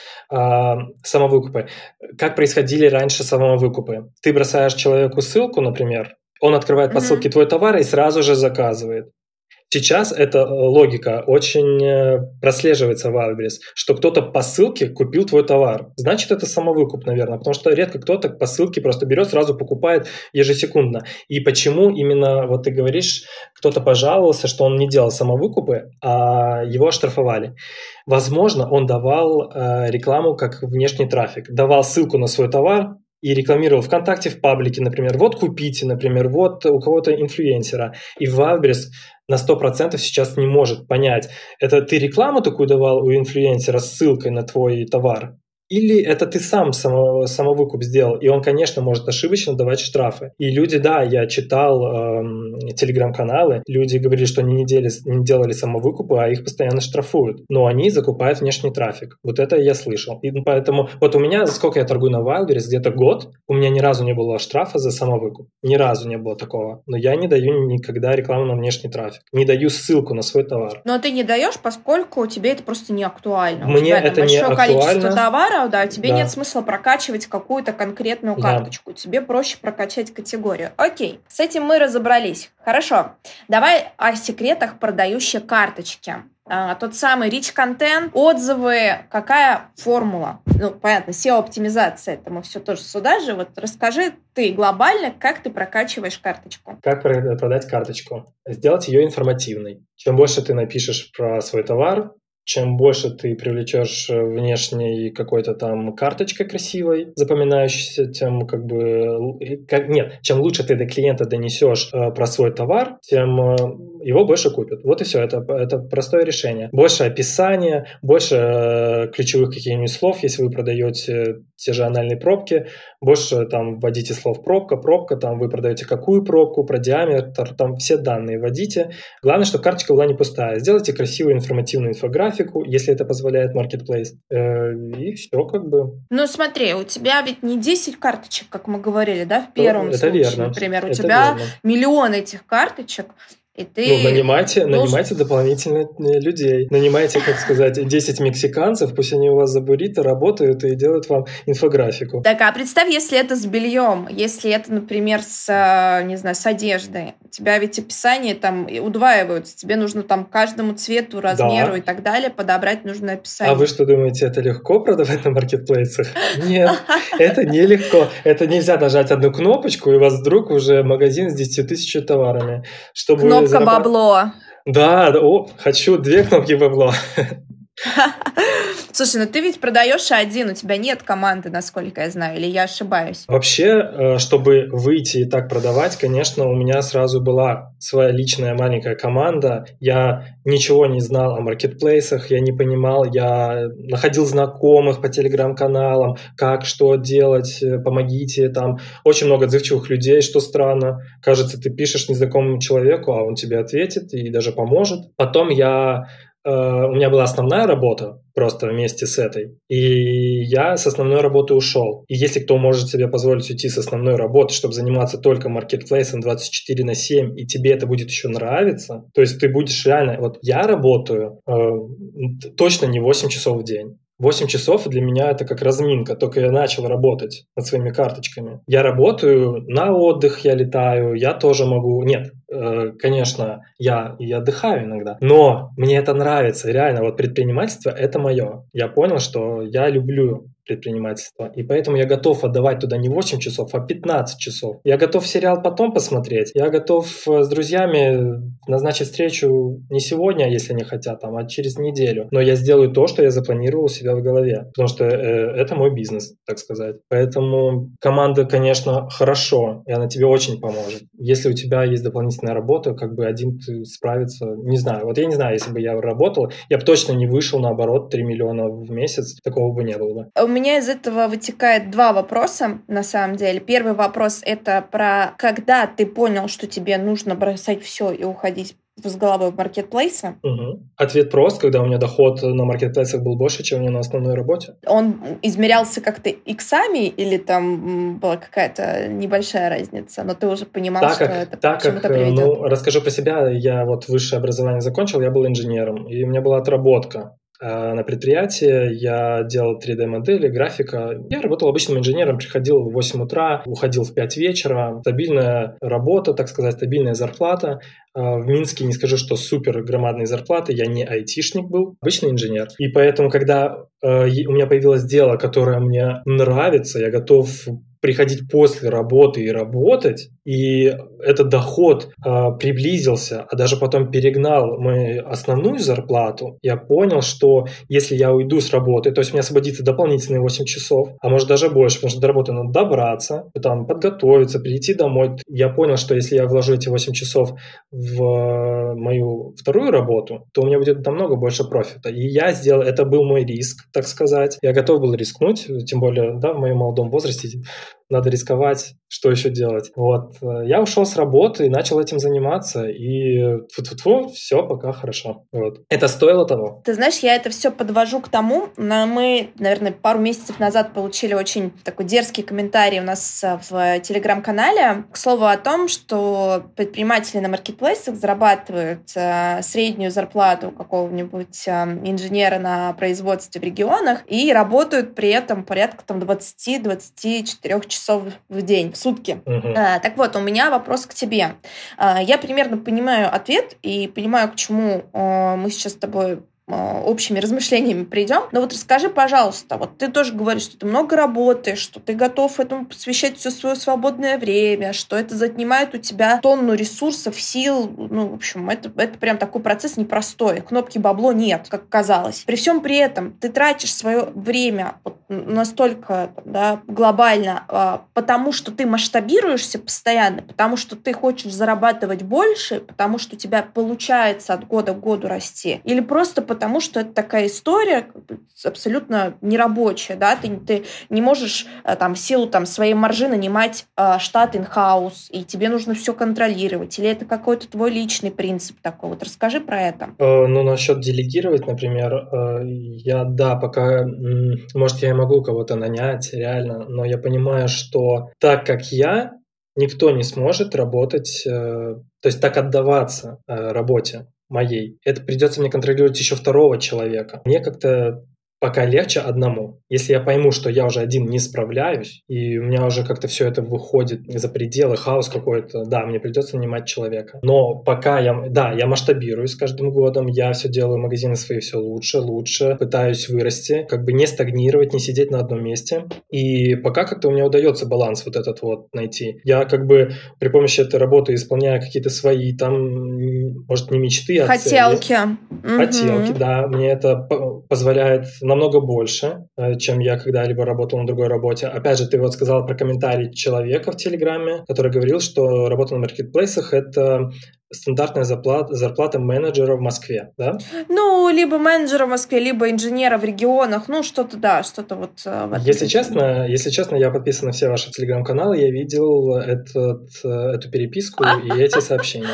Самовыкупы. Как происходили раньше самовыкупы? Ты бросаешь человеку ссылку, например, он открывает по ссылке твой товар и сразу же заказывает. Сейчас эта логика очень прослеживается в Wildberries, что кто-то по ссылке купил твой товар. Значит, это самовыкуп, наверное, потому что редко кто-то по ссылке просто берет, сразу покупает ежесекундно. И почему именно, вот ты говоришь, кто-то пожаловался, что он не делал самовыкупы, а его оштрафовали. Возможно, он давал рекламу как внешний трафик, давал ссылку на свой товар, и рекламировал ВКонтакте, в паблике, например, вот купите, например, вот у кого-то инфлюенсера. И Wildberries на 100% сейчас не может понять, это ты рекламу такую давал у инфлюенсера с ссылкой на твой товар, или это ты сам самовыкуп сделал, и он, конечно, может ошибочно давать штрафы. И люди, да, я читал телеграм-каналы, люди говорили, что они не делали самовыкупы, а их постоянно штрафуют. Но они закупают внешний трафик. Вот это я слышал. И поэтому вот у меня, сколько я торгую на Wildberries, где-то год, у меня ни разу не было штрафа за самовыкуп. Ни разу не было такого. Но я не даю никогда рекламу на внешний трафик. Не даю ссылку на свой товар. Но ты не даешь, поскольку тебе это просто не актуально. Мне это не актуально. Большое количество товара, да, тебе нет смысла прокачивать какую-то конкретную карточку. Тебе проще прокачать категорию. Окей, с этим мы разобрались. Хорошо, давай о секретах продающей карточки. Тот самый rich content, отзывы, какая формула? Понятно, SEO-оптимизация, это мы все тоже сюда же. Вот расскажи ты глобально, как ты прокачиваешь карточку. Как продать карточку? Сделать ее информативной. Чем больше ты напишешь про свой товар, чем больше ты привлечешь внешней какой-то там карточкой красивой, запоминающейся, тем чем лучше ты до клиента донесешь про свой товар, тем его больше купят. Вот и все. Это простое решение. Больше описания, больше ключевых каких-нибудь слов, если вы продаете те же анальные пробки, больше там вводите слов пробка, там вы продаете какую пробку, про диаметр, там все данные вводите. Главное, чтобы карточка была не пустая. Сделайте красивую информативную инфографику, если это позволяет Marketplace. И все как бы. Смотри, у тебя ведь не 10 карточек, как мы говорили, да, в первом случае, верно. например. У тебя миллион этих карточек. И ты нанимайте дополнительно людей. Нанимайте, 10 мексиканцев, пусть они у вас за буррито работают и делают вам инфографику. Так, а представь, если это с бельем, если это, например, с одеждой. У тебя ведь описания там удваиваются. Тебе нужно там каждому цвету, размеру и так далее подобрать нужное описание. А вы что думаете, это легко продавать на маркетплейсах? Нет, это нелегко. Это нельзя нажать одну кнопочку, и у вас вдруг уже магазин с 10 тысячами товарами. Кнопка бабло. Да, хочу 2 кнопки бабло. Слушай, ты ведь продаешь один, у тебя нет команды, насколько я знаю, или я ошибаюсь? Вообще, чтобы выйти и так продавать, конечно, у меня сразу была своя личная маленькая команда. Я ничего не знал о маркетплейсах, я не понимал, я находил знакомых по телеграм-каналам, как, что делать, помогите, там очень много отзывчивых людей, что странно. Кажется, ты пишешь незнакомому человеку, а он тебе ответит и даже поможет. Потом у меня была основная работа, просто вместе с этой, и я с основной работы ушел. И если кто может себе позволить уйти с основной работы, чтобы заниматься только маркетплейсом 24/7, и тебе это будет еще нравиться, то есть ты будешь реально... Вот я работаю точно не 8 часов в день. 8 часов для меня это как разминка, только я начал работать над своими карточками. Я работаю, на отдых я летаю, я тоже могу... Нет, конечно, я отдыхаю иногда, но мне это нравится, реально, вот предпринимательство – это мое. Я понял, что я люблю предпринимательство, и поэтому я готов отдавать туда не 8 часов, а 15 часов. Я готов сериал потом посмотреть, я готов с друзьями назначить встречу не сегодня, если они хотят, а через неделю, но я сделаю то, что я запланировал у себя в голове, потому что это мой бизнес, так сказать. Поэтому команда, конечно, хорошо, и она тебе очень поможет. Если у тебя есть дополнительная работа, один ты справиться, не знаю. Вот я не знаю, если бы я работал, я бы точно не вышел, наоборот, 3 миллиона в месяц, такого бы не было бы. У меня из этого вытекает два вопроса, на самом деле. Первый вопрос — это про когда ты понял, что тебе нужно бросать все и уходить с головой в маркетплейсы. Ответ прост, когда у меня доход на маркетплейсах был больше, чем у меня на основной работе. Он измерялся как-то иксами или там была какая-то небольшая разница, но ты уже понимал, что это к чему-то приведет? Расскажу про себя. Я вот высшее образование закончил, я был инженером, и у меня была отработка. На предприятии я делал 3D-модели, графика. Я работал обычным инженером, приходил в 8 утра, уходил в 5 вечера. Стабильная работа, так сказать, стабильная зарплата. В Минске не скажу, что супер громадные зарплаты, я не айтишник был, обычный инженер. И поэтому, когда у меня появилось дело, которое мне нравится, я готов приходить после работы и работать, и этот доход приблизился, а даже потом перегнал мою основную зарплату, я понял, что если я уйду с работы, то есть у меня освободится дополнительные 8 часов, а может даже больше, потому что до работы надо добраться, потом подготовиться, прийти домой. Я понял, что если я вложу эти 8 часов в мою вторую работу, то у меня будет намного больше профита. И я сделал, это был мой риск, так сказать. Я готов был рискнуть, тем более, да, в моем молодом возрасте надо рисковать, что еще делать. Вот. Я ушел с работы и начал этим заниматься, и все пока хорошо. Вот. Это стоило того. Ты знаешь, я это все подвожу к тому, мы, наверное, пару месяцев назад получили очень такой дерзкий комментарий у нас в Телеграм-канале, к слову о том, что предприниматели на маркетплейсах зарабатывают среднюю зарплату какого-нибудь инженера на производстве в регионах и работают при этом порядка 20-24 часов в день, в сутки. Так вот, у меня вопрос к тебе. Я примерно понимаю ответ и понимаю, к чему мы сейчас с тобой общими размышлениями придем. Но вот расскажи, пожалуйста, вот ты тоже говоришь, что ты много работаешь, что ты готов этому посвящать все свое свободное время, что это занимает у тебя тонну ресурсов, сил. В общем, это прям такой процесс непростой. Кнопки бабло нет, как казалось. При всем при этом ты тратишь свое время настолько глобально, потому что ты масштабируешься постоянно, потому что ты хочешь зарабатывать больше, потому что у тебя получается от года к году расти, или просто потому что это такая история абсолютно нерабочая, да, ты не можешь в силу своей маржи нанимать штат in-house, и тебе нужно все контролировать, или это какой-то твой личный принцип такой? Вот расскажи про это. Насчет делегировать, например, пока, может, я и могу кого-то нанять, реально, но я понимаю, что так как я, никто не сможет работать, то есть так отдаваться работе моей. Это придется мне контролировать еще второго человека. Мне как-то пока легче одному. Если я пойму, что я уже один не справляюсь, и у меня уже как-то все это выходит за пределы, хаос какой-то, да, мне придется нанимать человека. Но пока я масштабируюсь каждым годом, я все делаю, магазины свои все лучше, пытаюсь вырасти, не стагнировать, не сидеть на одном месте. И пока как-то у меня удается баланс вот этот найти. Я при помощи этой работы исполняю какие-то свои может, не мечты, а хотелки. Хотелки, да. Мне это позволяет намного больше, чем я когда-либо работал на другой работе. Опять же, ты сказала про комментарий человека в Телеграме, который говорил, что работа на маркетплейсах — это стандартная зарплата менеджера в Москве, да? Либо менеджера в Москве, либо инженера в регионах, что-то в этом. Если честно, я подписан на все ваши Телеграм-каналы, я видел эту переписку и эти сообщения.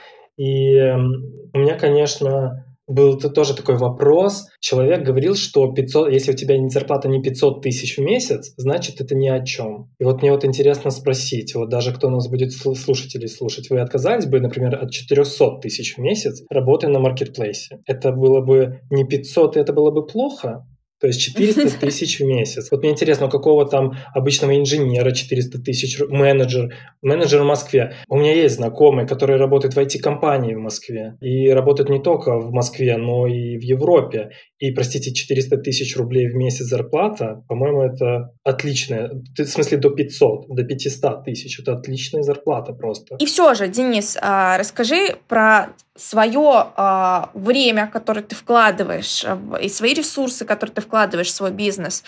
И у меня, конечно, был тоже такой вопрос. Человек говорил, что 500, если у тебя зарплата не 500 тысяч в месяц, значит, это ни о чем. И мне интересно спросить, даже кто нас будет слушателей слушать, вы отказались бы, например, от 400 тысяч в месяц, работая на маркетплейсе? Это было бы не 500, это было бы плохо? То есть 400 тысяч в месяц. Мне интересно, у какого обычного инженера 400 тысяч, менеджер в Москве. У меня есть знакомые, которые работают в IT-компании в Москве. И работают не только в Москве, но и в Европе. И, 400 тысяч рублей в месяц зарплата, по-моему, это отличная. В смысле, до 500 тысяч. Это отличная зарплата просто. И все же, Денис, расскажи про свое время, которое ты вкладываешь, и свои ресурсы, которые ты вкладываешь в свой бизнес.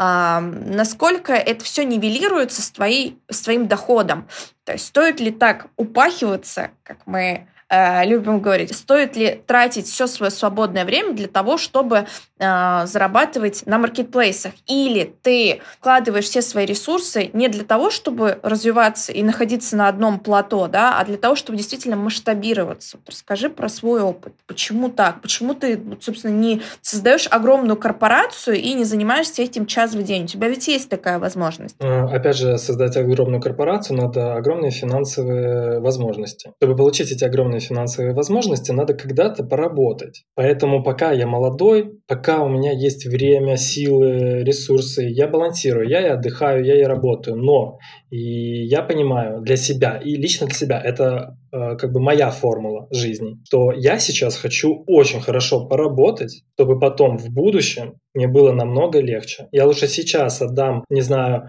Насколько это все нивелируется с твоим доходом? То есть стоит ли так упахиваться, как мы любим говорить, стоит ли тратить все свое свободное время для того, чтобы зарабатывать на маркетплейсах? Или ты вкладываешь все свои ресурсы не для того, чтобы развиваться и находиться на одном плато, да, а для того, чтобы действительно масштабироваться? Вот расскажи про свой опыт. Почему так? Почему ты, собственно, не создаешь огромную корпорацию и не занимаешься этим час в день? У тебя ведь есть такая возможность. Опять же, создать огромную корпорацию надо огромные финансовые возможности. Чтобы получить эти огромные финансовые возможности, надо когда-то поработать. Поэтому пока я молодой, пока у меня есть время, силы, ресурсы, я балансирую, я и отдыхаю, я и работаю. Но и я понимаю для себя, и лично для себя, это как бы моя формула жизни, что я сейчас хочу очень хорошо поработать, чтобы потом в будущем мне было намного легче. Я лучше сейчас отдам, не знаю,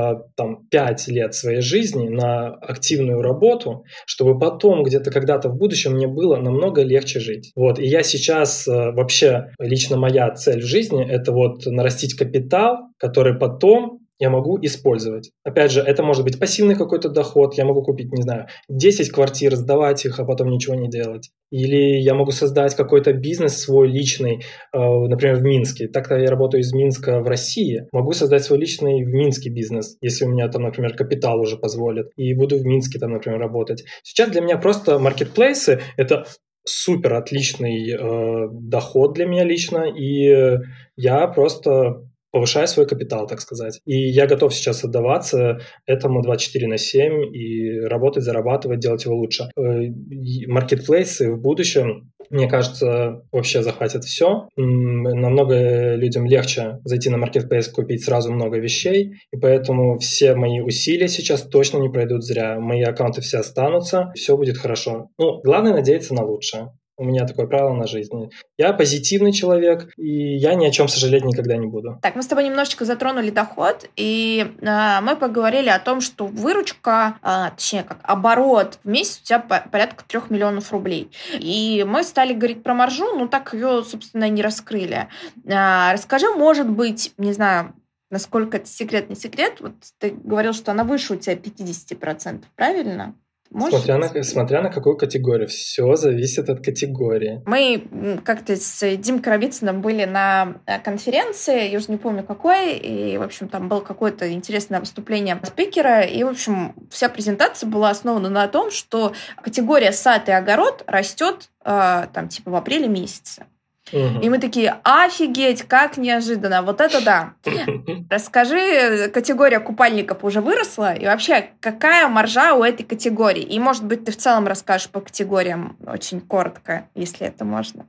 5 лет своей жизни на активную работу, чтобы потом где-то когда-то в будущем мне было намного легче жить. Вот. И я сейчас вообще, лично моя цель в жизни – это вот нарастить капитал, который потом я могу использовать. Опять же, это может быть пассивный какой-то доход. Я могу купить, не знаю, 10 квартир, сдавать их, а потом ничего не делать. Или я могу создать какой-то бизнес свой личный, например, в Минске. Так-то я работаю из Минска в России. Могу создать свой личный в Минске бизнес, если у меня там, например, капитал уже позволит. И буду в Минске там, например, работать. Сейчас для меня просто маркетплейсы – это супер отличный доход для меня лично. И я просто повышаю свой капитал, так сказать. И я готов сейчас отдаваться этому 24/7 и работать, зарабатывать, делать его лучше. Маркетплейсы в будущем, мне кажется, вообще захватят все. Намного людям легче зайти на маркетплейс, купить сразу много вещей, и поэтому все мои усилия сейчас точно не пройдут зря. Мои аккаунты все останутся, все будет хорошо. Главное надеяться на лучшее. У меня такое правило на жизни. Я позитивный человек, и я ни о чем сожалеть никогда не буду. Так, мы с тобой немножечко затронули доход, и мы поговорили о том, что выручка, точнее, как оборот в месяц у тебя порядка 3 миллионов рублей. И мы стали говорить про маржу, но так ее, собственно, не раскрыли. Расскажи, может быть, не знаю, насколько это секрет, не секрет, вот ты говорил, что она выше у тебя 50%, правильно? Смотря на какую категорию. Все зависит от категории. Мы как-то с Димой Коробицыным были на конференции, я уже не помню какой, и, в общем, там было какое-то интересное выступление спикера, и, в общем, вся презентация была основана на том, что категория сад и огород растет там типа в апреле месяце. Угу. И мы такие, офигеть, как неожиданно, вот это да. Расскажи, категория купальников уже выросла, и вообще, какая маржа у этой категории? И, может быть, ты в целом расскажешь по категориям очень коротко, если это можно.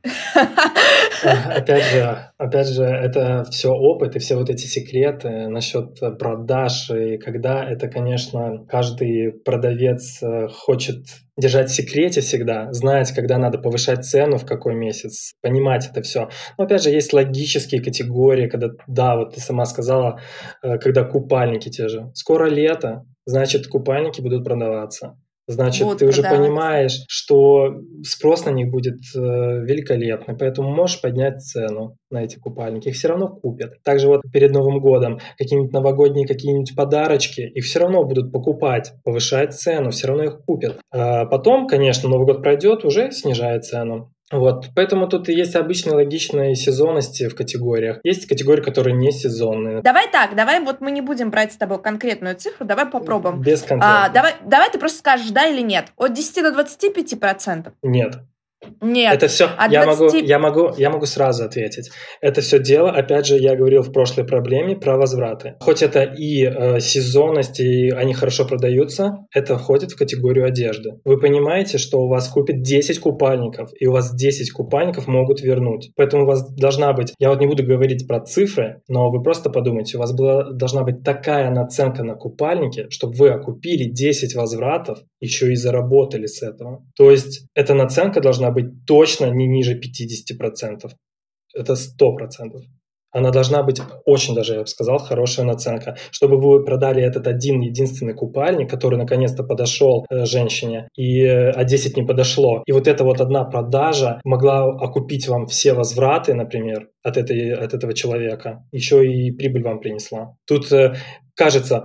Опять же, это все опыт и все вот эти секреты насчет продаж, и когда это, конечно, каждый продавец хочет держать в секрете всегда, знать, когда надо повышать цену, в какой месяц, понимать это все. Но опять же, есть логические категории, когда, да, вот ты сама сказала, когда купальники те же. Скоро лето, значит, купальники будут продаваться. Значит, ты уже понимаешь, что спрос на них будет великолепный, поэтому можешь поднять цену на эти купальники. Их все равно купят. Также вот перед Новым годом какие-нибудь новогодние какие-нибудь подарочки, их все равно будут покупать, повышать цену, все равно их купят. А потом, конечно, Новый год пройдет, уже снижает цену. Вот, поэтому тут и есть обычные логичные сезонности в категориях. Есть категории, которые не сезонные. Давай вот мы не будем брать с тобой конкретную цифру, давай попробуем. Без конкретного. Давай ты просто скажешь да или нет. От 10 до 25%? Нет. Нет. Это все. Я могу сразу ответить. Это все дело, опять же, я говорил в прошлой проблеме про возвраты. Хоть это и сезонность, и они хорошо продаются, это входит в категорию одежды. Вы понимаете, что у вас купят 10 купальников, и у вас 10 купальников могут вернуть. Поэтому у вас должна быть, я вот не буду говорить про цифры, но вы просто подумайте, у вас должна быть такая наценка на купальники, чтобы вы окупили 10 возвратов, еще и заработали с этого. То есть эта наценка должна быть точно не ниже 50%. Это 100%. Она должна быть очень даже, я бы сказал, хорошая наценка. Чтобы вы продали этот один единственный купальник, который наконец-то подошел женщине, а 10 не подошло. И вот эта вот одна продажа могла окупить вам все возвраты, например, от этого человека. Еще и прибыль вам принесла. Тут кажется,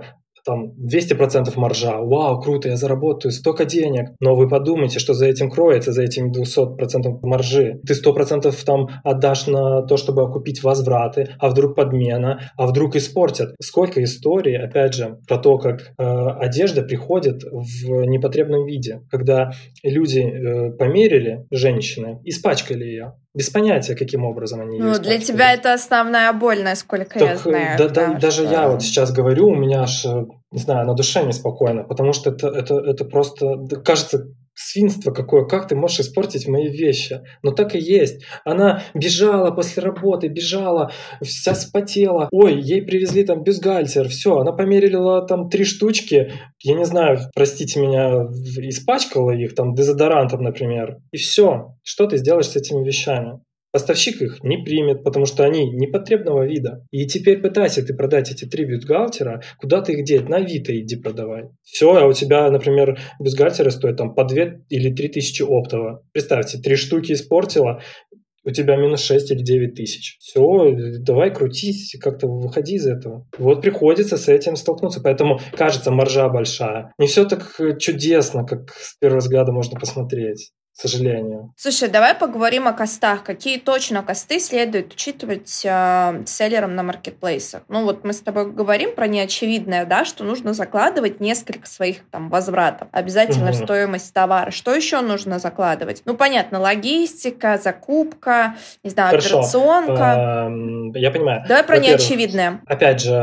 там 200% маржа, вау, круто, я заработаю столько денег, но вы подумайте, что за этим кроется, за этим 200% маржи. Ты 100% там отдашь на то, чтобы окупить возвраты, а вдруг подмена, а вдруг испортят. Сколько историй, опять же, про то, как одежда приходит в непотребном виде, когда люди померили, женщины, испачкали ее. Без понятия, каким образом они ее испачкали. Для тебя это основная боль, насколько я знаю. Даже я вот сейчас говорю, у меня аж, не знаю, на душе неспокойно, потому что это просто, кажется, свинство какое, как ты можешь испортить мои вещи? Но так и есть. Она бежала после работы, бежала, вся вспотела. Ой, ей привезли там бюстгальтер, все, она померила там 3 штучки, я не знаю, простите меня, испачкала их там дезодорантом, например, и все. Что ты сделаешь с этими вещами? Поставщик их не примет, потому что они непотребного вида. И теперь пытайся ты продать эти 3 бюстгальтера, куда ты их деть? На Авито иди продавай. Все, а у тебя, например, бюстгальтеры стоят там по 2 или 3 тысячи оптово. Представьте, 3 штуки испортила, у тебя минус 6 или 9 тысяч. Все, давай крутись, как-то выходи из этого. Вот приходится с этим столкнуться. Поэтому, кажется, маржа большая. Не все так чудесно, как с первого взгляда можно посмотреть. К сожалению. Слушай, давай поговорим о костах. Какие точно косты следует учитывать селлерам на маркетплейсах? Вот мы с тобой говорим про неочевидное, да, что нужно закладывать несколько своих там возвратов. Обязательно в стоимость товара. Что еще нужно закладывать? Понятно, логистика, закупка, не знаю, операционка. Я понимаю. Давай про неочевидное. Опять же,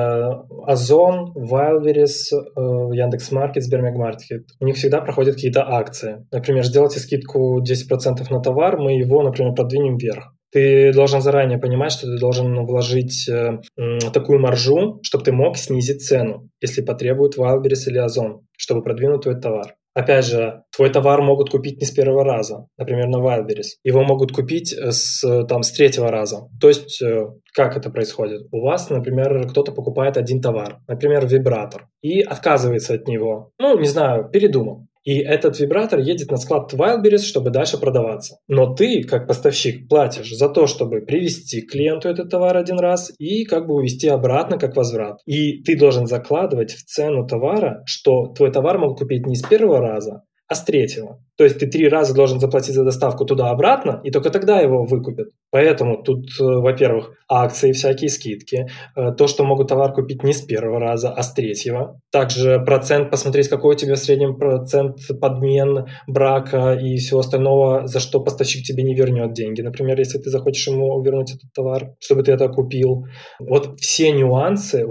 Озон, Wildberries, Яндекс.Маркет, Сбермегмаркет. У них всегда проходят какие-то акции. Например, сделайте скидку 10% на товар, мы его, например, продвинем вверх. Ты должен заранее понимать, что ты должен вложить такую маржу, чтобы ты мог снизить цену, если потребует Wildberries или Озон, чтобы продвинуть твой товар. Опять же, твой товар могут купить не с первого раза, например, на Wildberries. Его могут купить с 3-го раза. То есть, как это происходит? У вас, например, кто-то покупает один товар, например, вибратор, и отказывается от него. Не знаю, передумал. И этот вибратор едет на склад Wildberries, чтобы дальше продаваться. Но ты, как поставщик, платишь за то, чтобы привезти клиенту этот товар один раз и как бы увезти обратно как возврат. И ты должен закладывать в цену товара, что твой товар могут купить не с первого раза, а с 3-го. То есть ты 3 раза должен заплатить за доставку туда-обратно, и только тогда его выкупят. Поэтому тут, во-первых, акции, всякие скидки, то, что могут товар купить не с 1-го раза, а с 3-го. Также процент, посмотреть, какой у тебя в среднем процент подмен, брака и всего остального, за что поставщик тебе не вернет деньги. Например, если ты захочешь ему вернуть этот товар, чтобы ты это купил. Вот все нюансы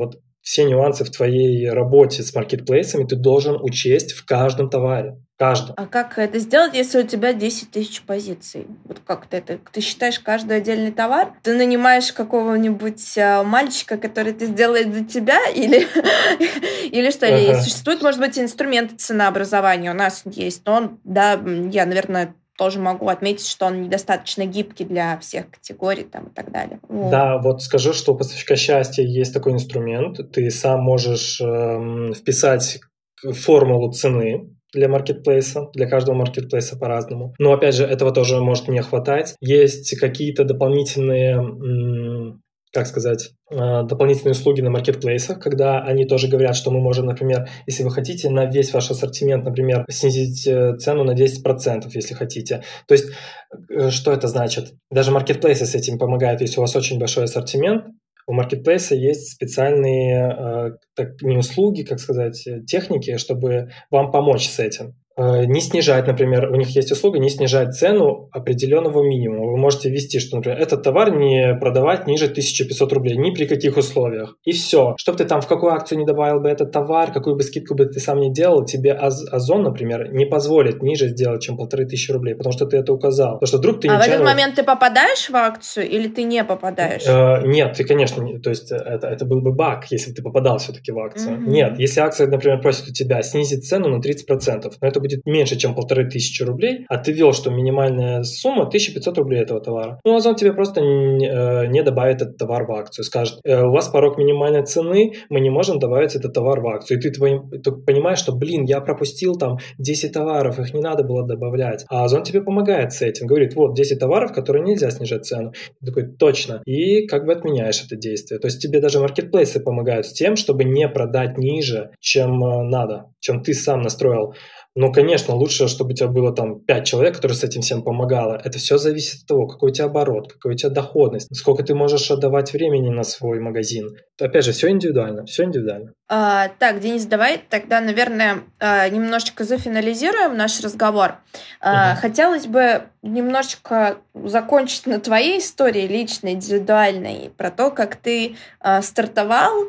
в твоей работе с маркетплейсами ты должен учесть в каждом товаре. Каждом. А как это сделать, если у тебя 10 тысяч позиций? Вот как ты это? Ты считаешь каждый отдельный товар? Ты нанимаешь какого-нибудь мальчика, который это сделает за тебя? Или что? Или существует, может быть, инструмент ценообразования? У нас есть, но я, наверное, тоже могу отметить, что он недостаточно гибкий для всех категорий там, и так далее. Да, вот скажу, что у поставщика счастья есть такой инструмент. Ты сам можешь вписать формулу цены для маркетплейса, для каждого маркетплейса по-разному. Но, опять же, этого тоже может не хватать. Есть какие-то дополнительные, дополнительные услуги на маркетплейсах, когда они тоже говорят, что мы можем, например, если вы хотите, на весь ваш ассортимент, например, снизить цену на 10%, если хотите. То есть, что это значит? Даже маркетплейсы с этим помогают, если у вас очень большой ассортимент. У маркетплейса есть специальные не услуги, техники, чтобы вам помочь с этим. Не снижать, например, у них есть услуга не снижать цену определенного минимума. Вы можете ввести, что, например, этот товар не продавать ниже 1500 рублей ни при каких условиях. И все. Чтоб ты там в какую акцию не добавил бы этот товар, какую бы скидку бы ты сам не делал, тебе Озон, например, не позволит ниже сделать, чем 1500 рублей, потому что ты это указал. Потому что вдруг ты в этот момент ты попадаешь в акцию или ты не попадаешь? Нет, ты, конечно, то есть это был бы баг, если бы ты попадал все-таки в акцию. Нет, если акция, например, просит у тебя снизить цену на 30%, но это будет меньше, чем 1500 рублей, а ты ввел, что минимальная сумма 1500 рублей этого товара. Ну, Озон тебе просто не добавит этот товар в акцию. Скажет, у вас порог минимальной цены, мы не можем добавить этот товар в акцию. И ты понимаешь, что, я пропустил там 10 товаров, их не надо было добавлять. А Озон тебе помогает с этим. Говорит, вот 10 товаров, которые нельзя снижать цену. Ты такой, точно. И как бы отменяешь это действие. То есть тебе даже маркетплейсы помогают с тем, чтобы не продать ниже, чем надо, чем ты сам настроил. Ну, конечно, лучше, чтобы у тебя было там 5 человек, которые с этим всем помогало. Это все зависит от того, какой у тебя оборот, какая у тебя доходность, сколько ты можешь отдавать времени на свой магазин. Опять же, все индивидуально, все индивидуально. Так, Денис, давай тогда, наверное, немножечко зафинализируем наш разговор. Хотелось бы немножечко закончить на твоей истории личной, индивидуальной, про то, как ты стартовал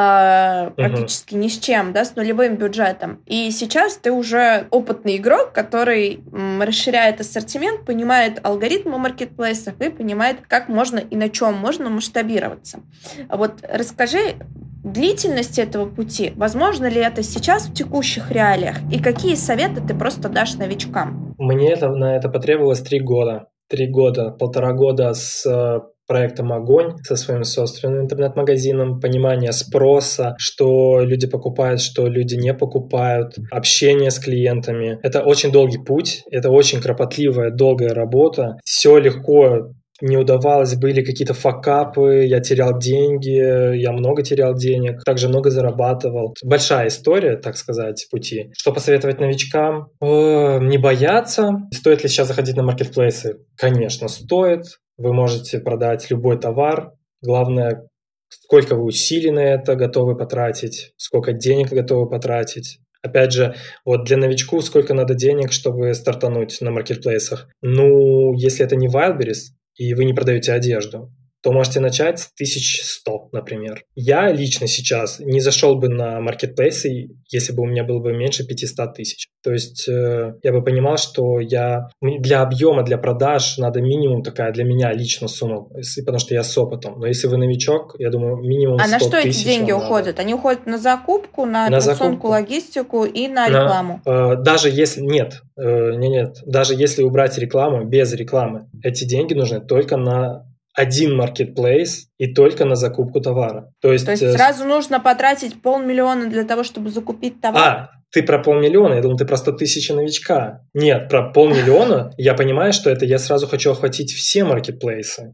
практически ни с чем, да, с нулевым бюджетом. И сейчас ты уже опытный игрок, который расширяет ассортимент, понимает алгоритмы маркетплейсов и понимает, как можно и на чем можно масштабироваться. Вот расскажи длительность этого пути. Возможно ли это сейчас в текущих реалиях? И какие советы ты просто дашь новичкам? Мне на это потребовалось 3 года. 3 года, 1,5 года с проектом «Огонь», со своим собственным интернет-магазином, понимание спроса, что люди покупают, что люди не покупают, общение с клиентами. Это очень долгий путь, это очень кропотливая, долгая работа. Все легко не удавалось, были какие-то факапы, я терял деньги, я много терял денег, также много зарабатывал. Большая история, так сказать, пути. Что посоветовать новичкам? Не бояться. Стоит ли сейчас заходить на маркетплейсы? Конечно, стоит. Вы можете продать любой товар. Главное, сколько вы усилий на это готовы потратить, сколько денег готовы потратить. Опять же, вот для новичку сколько надо денег, чтобы стартануть на маркетплейсах? Ну, если это не Wildberries, и вы не продаете одежду, то можете начать с 1100, например. Я лично сейчас не зашел бы на маркетплейсы, если бы у меня было бы меньше 500 тысяч. То есть я бы понимал, что для объема, для продаж надо минимум такая для меня лично сумма, потому что я с опытом. Но если вы новичок, я думаю, минимум 100 тысяч. А на что эти деньги уходят? Они уходят на закупку, на операционку, логистику и на рекламу? Даже если... Нет. Даже если убрать рекламу, без рекламы, эти деньги нужны только на один маркетплейс и только на закупку товара. То есть сразу нужно потратить 500 000 для того, чтобы закупить товар? Ты про 500 000, я думал, ты про 100 тысяч новичка. Нет, про 500 000 я понимаю, что это я сразу хочу охватить все маркетплейсы.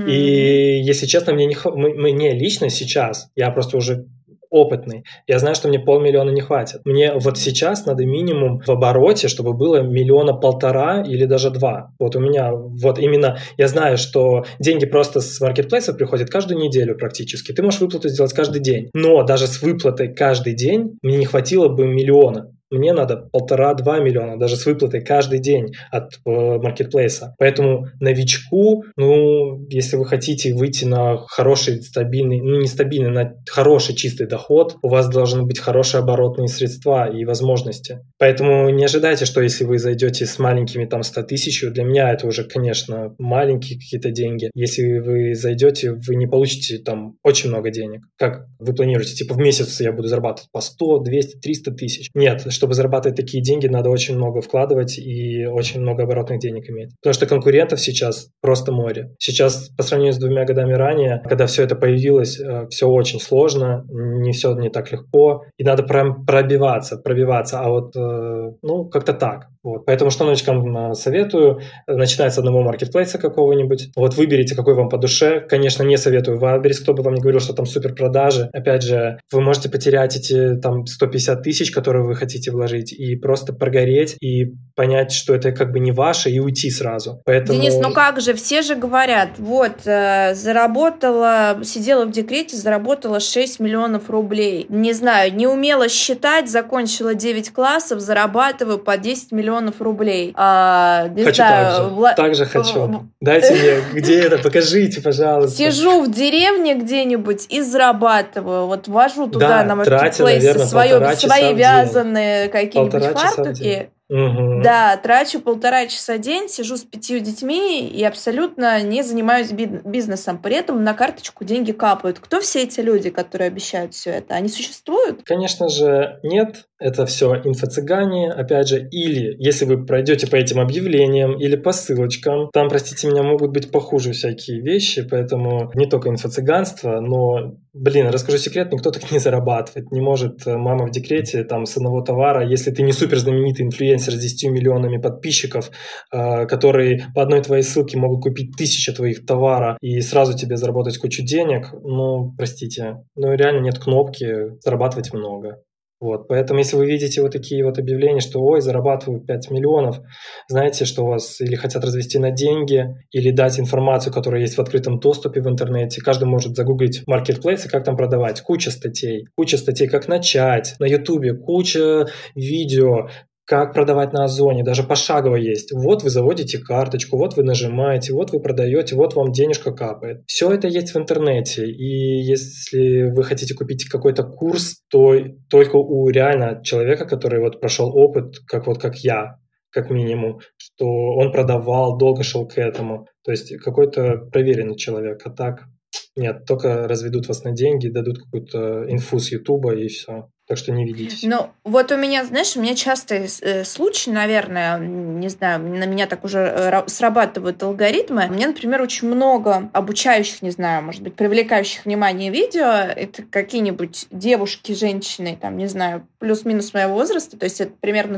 И, если честно, мне лично сейчас, я просто уже опытный. Я знаю, что мне 500 000 не хватит. Мне вот сейчас надо минимум в обороте, чтобы было 1,5 миллиона или даже 2. Вот у меня вот именно я знаю, что деньги просто с маркетплейса приходят каждую неделю практически. Ты можешь выплату сделать каждый день. Но даже с выплатой каждый день мне не хватило бы 1 миллиона. Мне надо 1,5-2 миллиона, даже с выплатой каждый день от маркетплейса. Поэтому новичку, если вы хотите выйти на хороший, стабильный, нестабильный, на хороший чистый доход, у вас должны быть хорошие оборотные средства и возможности. Поэтому не ожидайте, что если вы зайдете с маленькими 100 тысяч, для меня это уже, конечно, маленькие какие-то деньги. Если вы зайдете, вы не получите там очень много денег. Как вы планируете? В месяц я буду зарабатывать по 100, 200, 300 тысяч. Нет, чтобы зарабатывать такие деньги, надо очень много вкладывать и очень много оборотных денег иметь. Потому что конкурентов сейчас просто море. Сейчас, по сравнению с 2 годами ранее, когда все это появилось, все очень сложно, все не так легко, и надо пробиваться. А вот, как-то так. Вот. Поэтому что новичкам советую? Начинать с одного маркетплейса какого-нибудь. Вот выберите, какой вам по душе. Конечно, не советую Wildberries, кто бы вам не говорил, что там супер продажи. Опять же, вы можете потерять эти 150 тысяч, которые вы хотите вложить, и просто прогореть, и понять, что это как бы не ваше, и уйти сразу. Поэтому... Денис, как же, все же говорят, сидела в декрете, заработала 6 миллионов рублей. Не знаю, не умела считать, закончила 9 классов, зарабатываю по 10 миллионов рублей. Хочу так же хочу. Дайте мне, где это, покажите, пожалуйста. Сижу в деревне где-нибудь и зарабатываю. Вожу туда на маркетплейсы свои вязаные какие-нибудь фартуки. Да, трачу 1,5 часа в день, сижу с 5 детьми и абсолютно не занимаюсь бизнесом. При этом на карточку деньги капают. Кто все эти люди, которые обещают все это? Они существуют? Конечно же, нет. Это все инфо-цыгане, опять же, или если вы пройдете по этим объявлениям или по ссылочкам, там, простите меня, могут быть похуже всякие вещи, поэтому не только инфо-цыганство, но, расскажу секрет, никто так не зарабатывает. Не может мама в декрете там с одного товара, если ты не супер знаменитый инфлюенсер с 10 миллионами подписчиков, которые по одной твоей ссылке могут купить 1000 твоих товара и сразу тебе заработать кучу денег, простите, реально нет кнопки зарабатывать много. Вот, поэтому, если вы видите вот такие вот объявления, что «Ой, зарабатываю 5 миллионов», знаете, что вас или хотят развести на деньги, или дать информацию, которая есть в открытом доступе в интернете. Каждый может загуглить маркетплейс и как там продавать. Куча статей, как начать. На Ютубе куча видео, как продавать на Озоне, даже пошагово есть. Вот вы заводите карточку, вот вы нажимаете, вот вы продаете, вот вам денежка капает. Все это есть в интернете, и если вы хотите купить какой-то курс, то только у реально человека, который вот прошел опыт, как я, как минимум, что он продавал, долго шел к этому. То есть какой-то проверенный человек, а так нет, только разведут вас на деньги, дадут какую-то инфу с Ютуба и все. Так что не ведитесь. Вот у меня частый случай, наверное, не знаю, на меня так уже срабатывают алгоритмы. У меня, например, очень много обучающих, не знаю, может быть, привлекающих внимание видео. Это какие-нибудь девушки, женщины, там, не знаю, плюс-минус моего возраста, то есть это примерно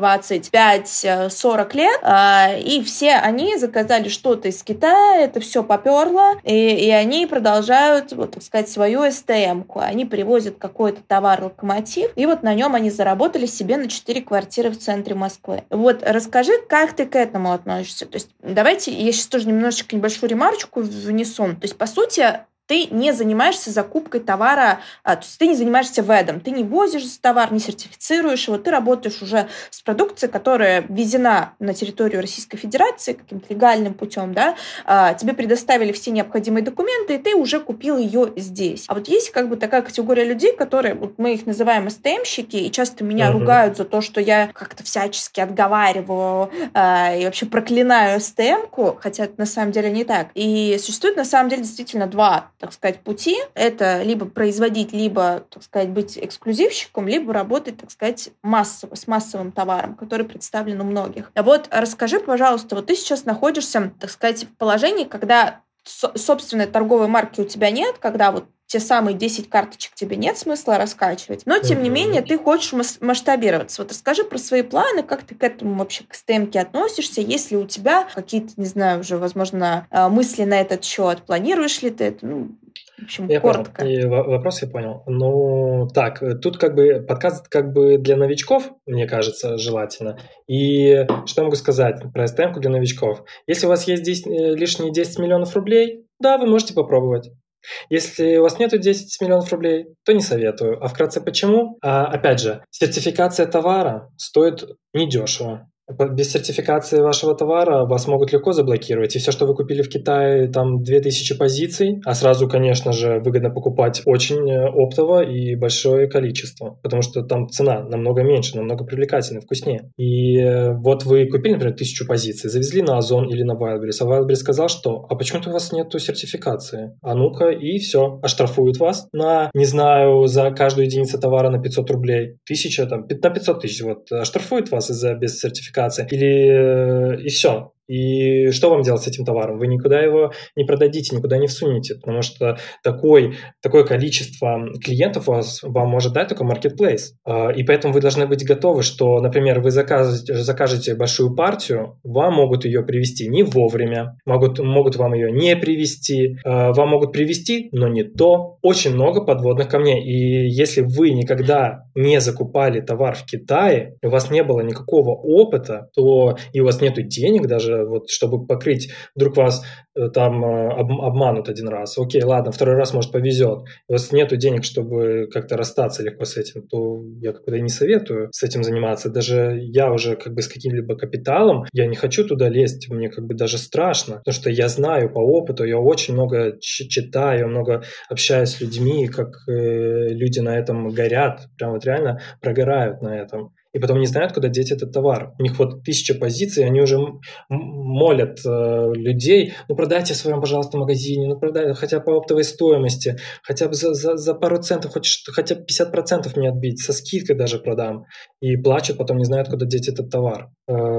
25-40 лет, и все они заказали что-то из Китая, это все поперло, и они продолжают, вот, так сказать, свою СТМ-ку. Они привозят какой-то товар, локомотив, и вот на нем они заработали себе на 4 квартиры в центре Москвы. Вот расскажи, как ты к этому относишься? То есть давайте я сейчас тоже немножечко небольшую ремарочку внесу. То есть, по сути, ты не занимаешься закупкой товара, то есть ты не занимаешься ВЭДом, ты не возишь товар, не сертифицируешь его, ты работаешь уже с продукцией, которая ввезена на территорию Российской Федерации каким-то легальным путем, да, тебе предоставили все необходимые документы, и ты уже купил ее здесь. А вот есть как бы такая категория людей, которые, вот мы их называем СТМщики, и часто меня ругают за то, что я как-то всячески отговариваю и вообще проклинаю СТМ-ку, хотя это на самом деле не так. И существует на самом деле действительно два, так сказать, пути. Это либо производить, либо, так сказать, быть эксклюзивщиком, либо работать, так сказать, массово, с массовым товаром, который представлен у многих. А вот расскажи, пожалуйста, вот ты сейчас находишься, так сказать, в положении, когда собственной торговой марки у тебя нет, когда вот те самые 10 карточек тебе нет смысла раскачивать, но, тем не менее, ты хочешь масштабироваться. Вот расскажи про свои планы, как ты к этому вообще, к СТМ-ке относишься, есть ли у тебя какие-то, не знаю, уже, возможно, мысли на этот счет, планируешь ли ты это, в общем, я коротко. Понял. И вопрос я понял. Так, тут как бы подкаст как бы для новичков, мне кажется, желательно. И что я могу сказать про СТМ-ку для новичков? Если у вас есть лишние 10 миллионов рублей, да, вы можете попробовать. Если у вас нету 10 миллионов рублей, то не советую. А вкратце почему? Опять же, сертификация товара стоит недешево. Без сертификации вашего товара вас могут легко заблокировать. И все, что вы купили в Китае, там 2000 позиций, а сразу, конечно же, выгодно покупать очень оптово и большое количество, потому что там цена намного меньше, намного привлекательнее, вкуснее. И вот вы купили, например, 1000 позиций, завезли на Озон или на Wildberries, а Wildberries сказал, что «А почему-то у вас нету сертификации?» А ну-ка, и все, оштрафуют вас на, не знаю, за каждую единицу товара на 500 рублей, 1000, там, на 500 тысяч, вот, оштрафуют вас из-за без сертификации. Или и все. И что вам делать с этим товаром? Вы никуда его не продадите, никуда не всунете, потому что такое количество клиентов вам может дать только маркетплейс. И поэтому вы должны быть готовы, что, например, вы закажете большую партию, вам могут ее привезти не вовремя, могут вам ее не привезти, вам могут привезти, но не то. Очень много подводных камней. И если вы никогда не закупали товар в Китае, у вас не было никакого опыта, то и у вас нету денег даже, вот, чтобы покрыть, вдруг вас там обманут один раз. Окей, ладно, второй раз, может, повезет. У вас нету денег, чтобы как-то расстаться легко с этим, то я как бы не советую с этим заниматься. Даже я уже как бы с каким-либо капиталом, я не хочу туда лезть, мне как бы даже страшно, потому что я знаю по опыту, я очень много читаю, много общаюсь с людьми, как люди на этом горят, прям вот реально прогорают на этом. и потом не знают, куда деть этот товар. У них вот 1000 позиций, они уже молят людей, ну продайте в своем, пожалуйста, магазине, ну продайте хотя бы по оптовой стоимости, хотя бы за пару центов, хотя бы 50% мне отбить, со скидкой даже продам. И плачут, потом не знают, куда деть этот товар.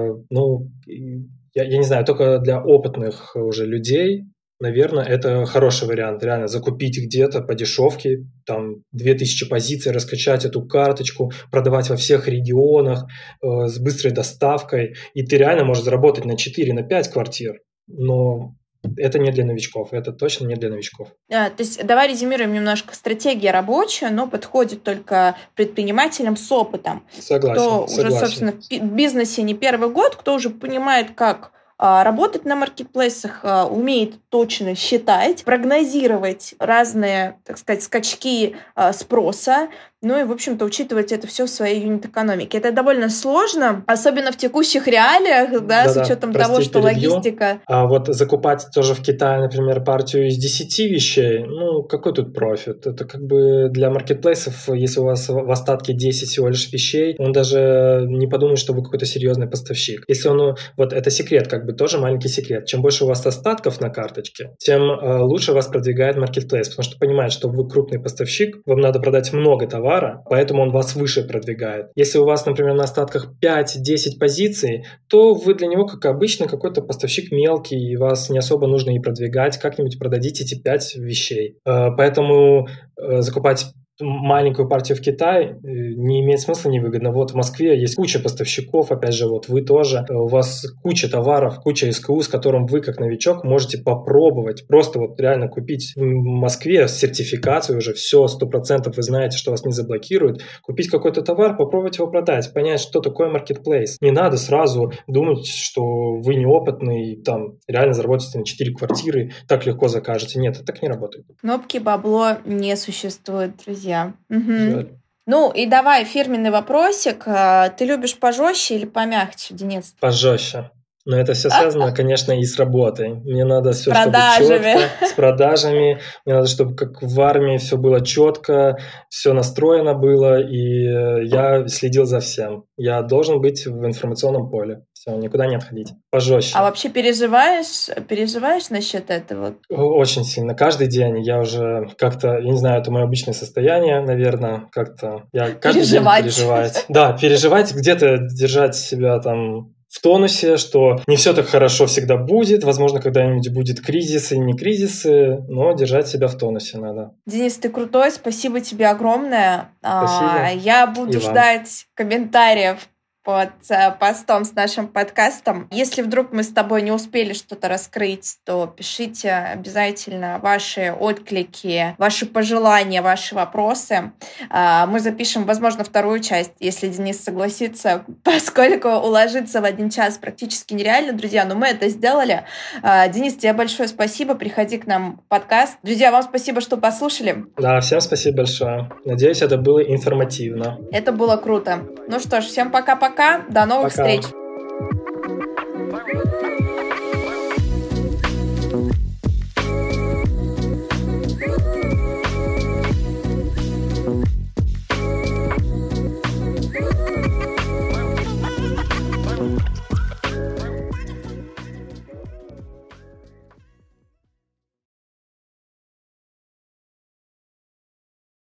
Ну, я не знаю, только для опытных уже людей, наверное, это хороший вариант. Реально закупить где-то по дешевке, там 2000 позиций, раскачать эту карточку, продавать во всех регионах с быстрой доставкой. И ты реально можешь заработать на 4, на 5 квартир. Но это не для новичков, это точно не для новичков. То есть давай резюмируем немножко. Стратегия рабочая, но подходит только предпринимателям с опытом. Согласен. Кто уже, собственно, в бизнесе не первый год, кто уже понимает, как работать на маркетплейсах, умеет точно считать, прогнозировать разные, так сказать, скачки спроса, ну и, в общем-то, учитывать это все в своей юнит-экономике. Это довольно сложно, особенно в текущих реалиях, да, с учетом того, что логистика... А вот закупать тоже в Китае, например, партию из 10 вещей, ну, какой тут профит? Это как бы для маркетплейсов, если у вас в остатке 10 всего лишь вещей, он даже не подумает, что вы какой-то серьезный поставщик. Если он... Вот это секрет, как бы тоже маленький секрет. Чем больше у вас остатков на карточке, тем лучше вас продвигает маркетплейс, потому что понимает, что вы крупный поставщик, вам надо продать много товаров, поэтому он вас выше продвигает. Если у вас, например, на остатках 5-10 позиций, то вы для него, как обычно, какой-то поставщик мелкий, и вас не особо нужно и продвигать, как-нибудь продадите эти 5 вещей. Поэтому закупать маленькую партию в Китае не имеет смысла, невыгодно. Вот в Москве есть куча поставщиков, опять же, вот вы тоже. У вас куча товаров, куча СКУ, с которым вы, как новичок, можете попробовать. Просто вот реально купить в Москве сертификацию уже, все, 100% вы знаете, что вас не заблокируют. Купить какой-то товар, попробовать его продать, понять, что такое маркетплейс. Не надо сразу думать, что вы неопытный, там, реально заработаете на 4 квартиры, так легко закажете. Нет, это так не работает. Кнопки бабло не существует, друзья. Жаль. Ну и давай фирменный вопросик. Ты любишь пожестче или помягче, Денис? Пожестче. Но это все связано, конечно, и с работой. Мне надо все, чтобы продажами. четко, с продажами. Мне надо, чтобы как в армии все было четко, все настроено было, и я следил за всем. Я должен быть в информационном поле. Все, никуда не отходить. Пожестче. А вообще переживаешь насчет этого? Очень сильно. Каждый день я уже как-то, я не знаю, это мое обычное состояние, наверное, как-то. Я каждый день переживать. Да, переживать, где-то держать себя там в тонусе, что не все так хорошо всегда будет, возможно, когда-нибудь будет кризисы и не кризисы, но держать себя в тонусе надо. Денис, ты крутой, спасибо тебе огромное. Спасибо. Я буду ждать комментариев под постом с нашим подкастом. Если вдруг мы с тобой не успели что-то раскрыть, то пишите обязательно ваши отклики, ваши пожелания, ваши вопросы. Мы запишем, возможно, вторую часть, если Денис согласится, поскольку уложиться в 1 час практически нереально, друзья, но мы это сделали. Денис, тебе большое спасибо, приходи к нам в подкаст. Друзья, вам спасибо, что послушали. Да, всем спасибо большое. Надеюсь, это было информативно. Это было круто. Ну что ж, всем пока-пока. До новых встреч.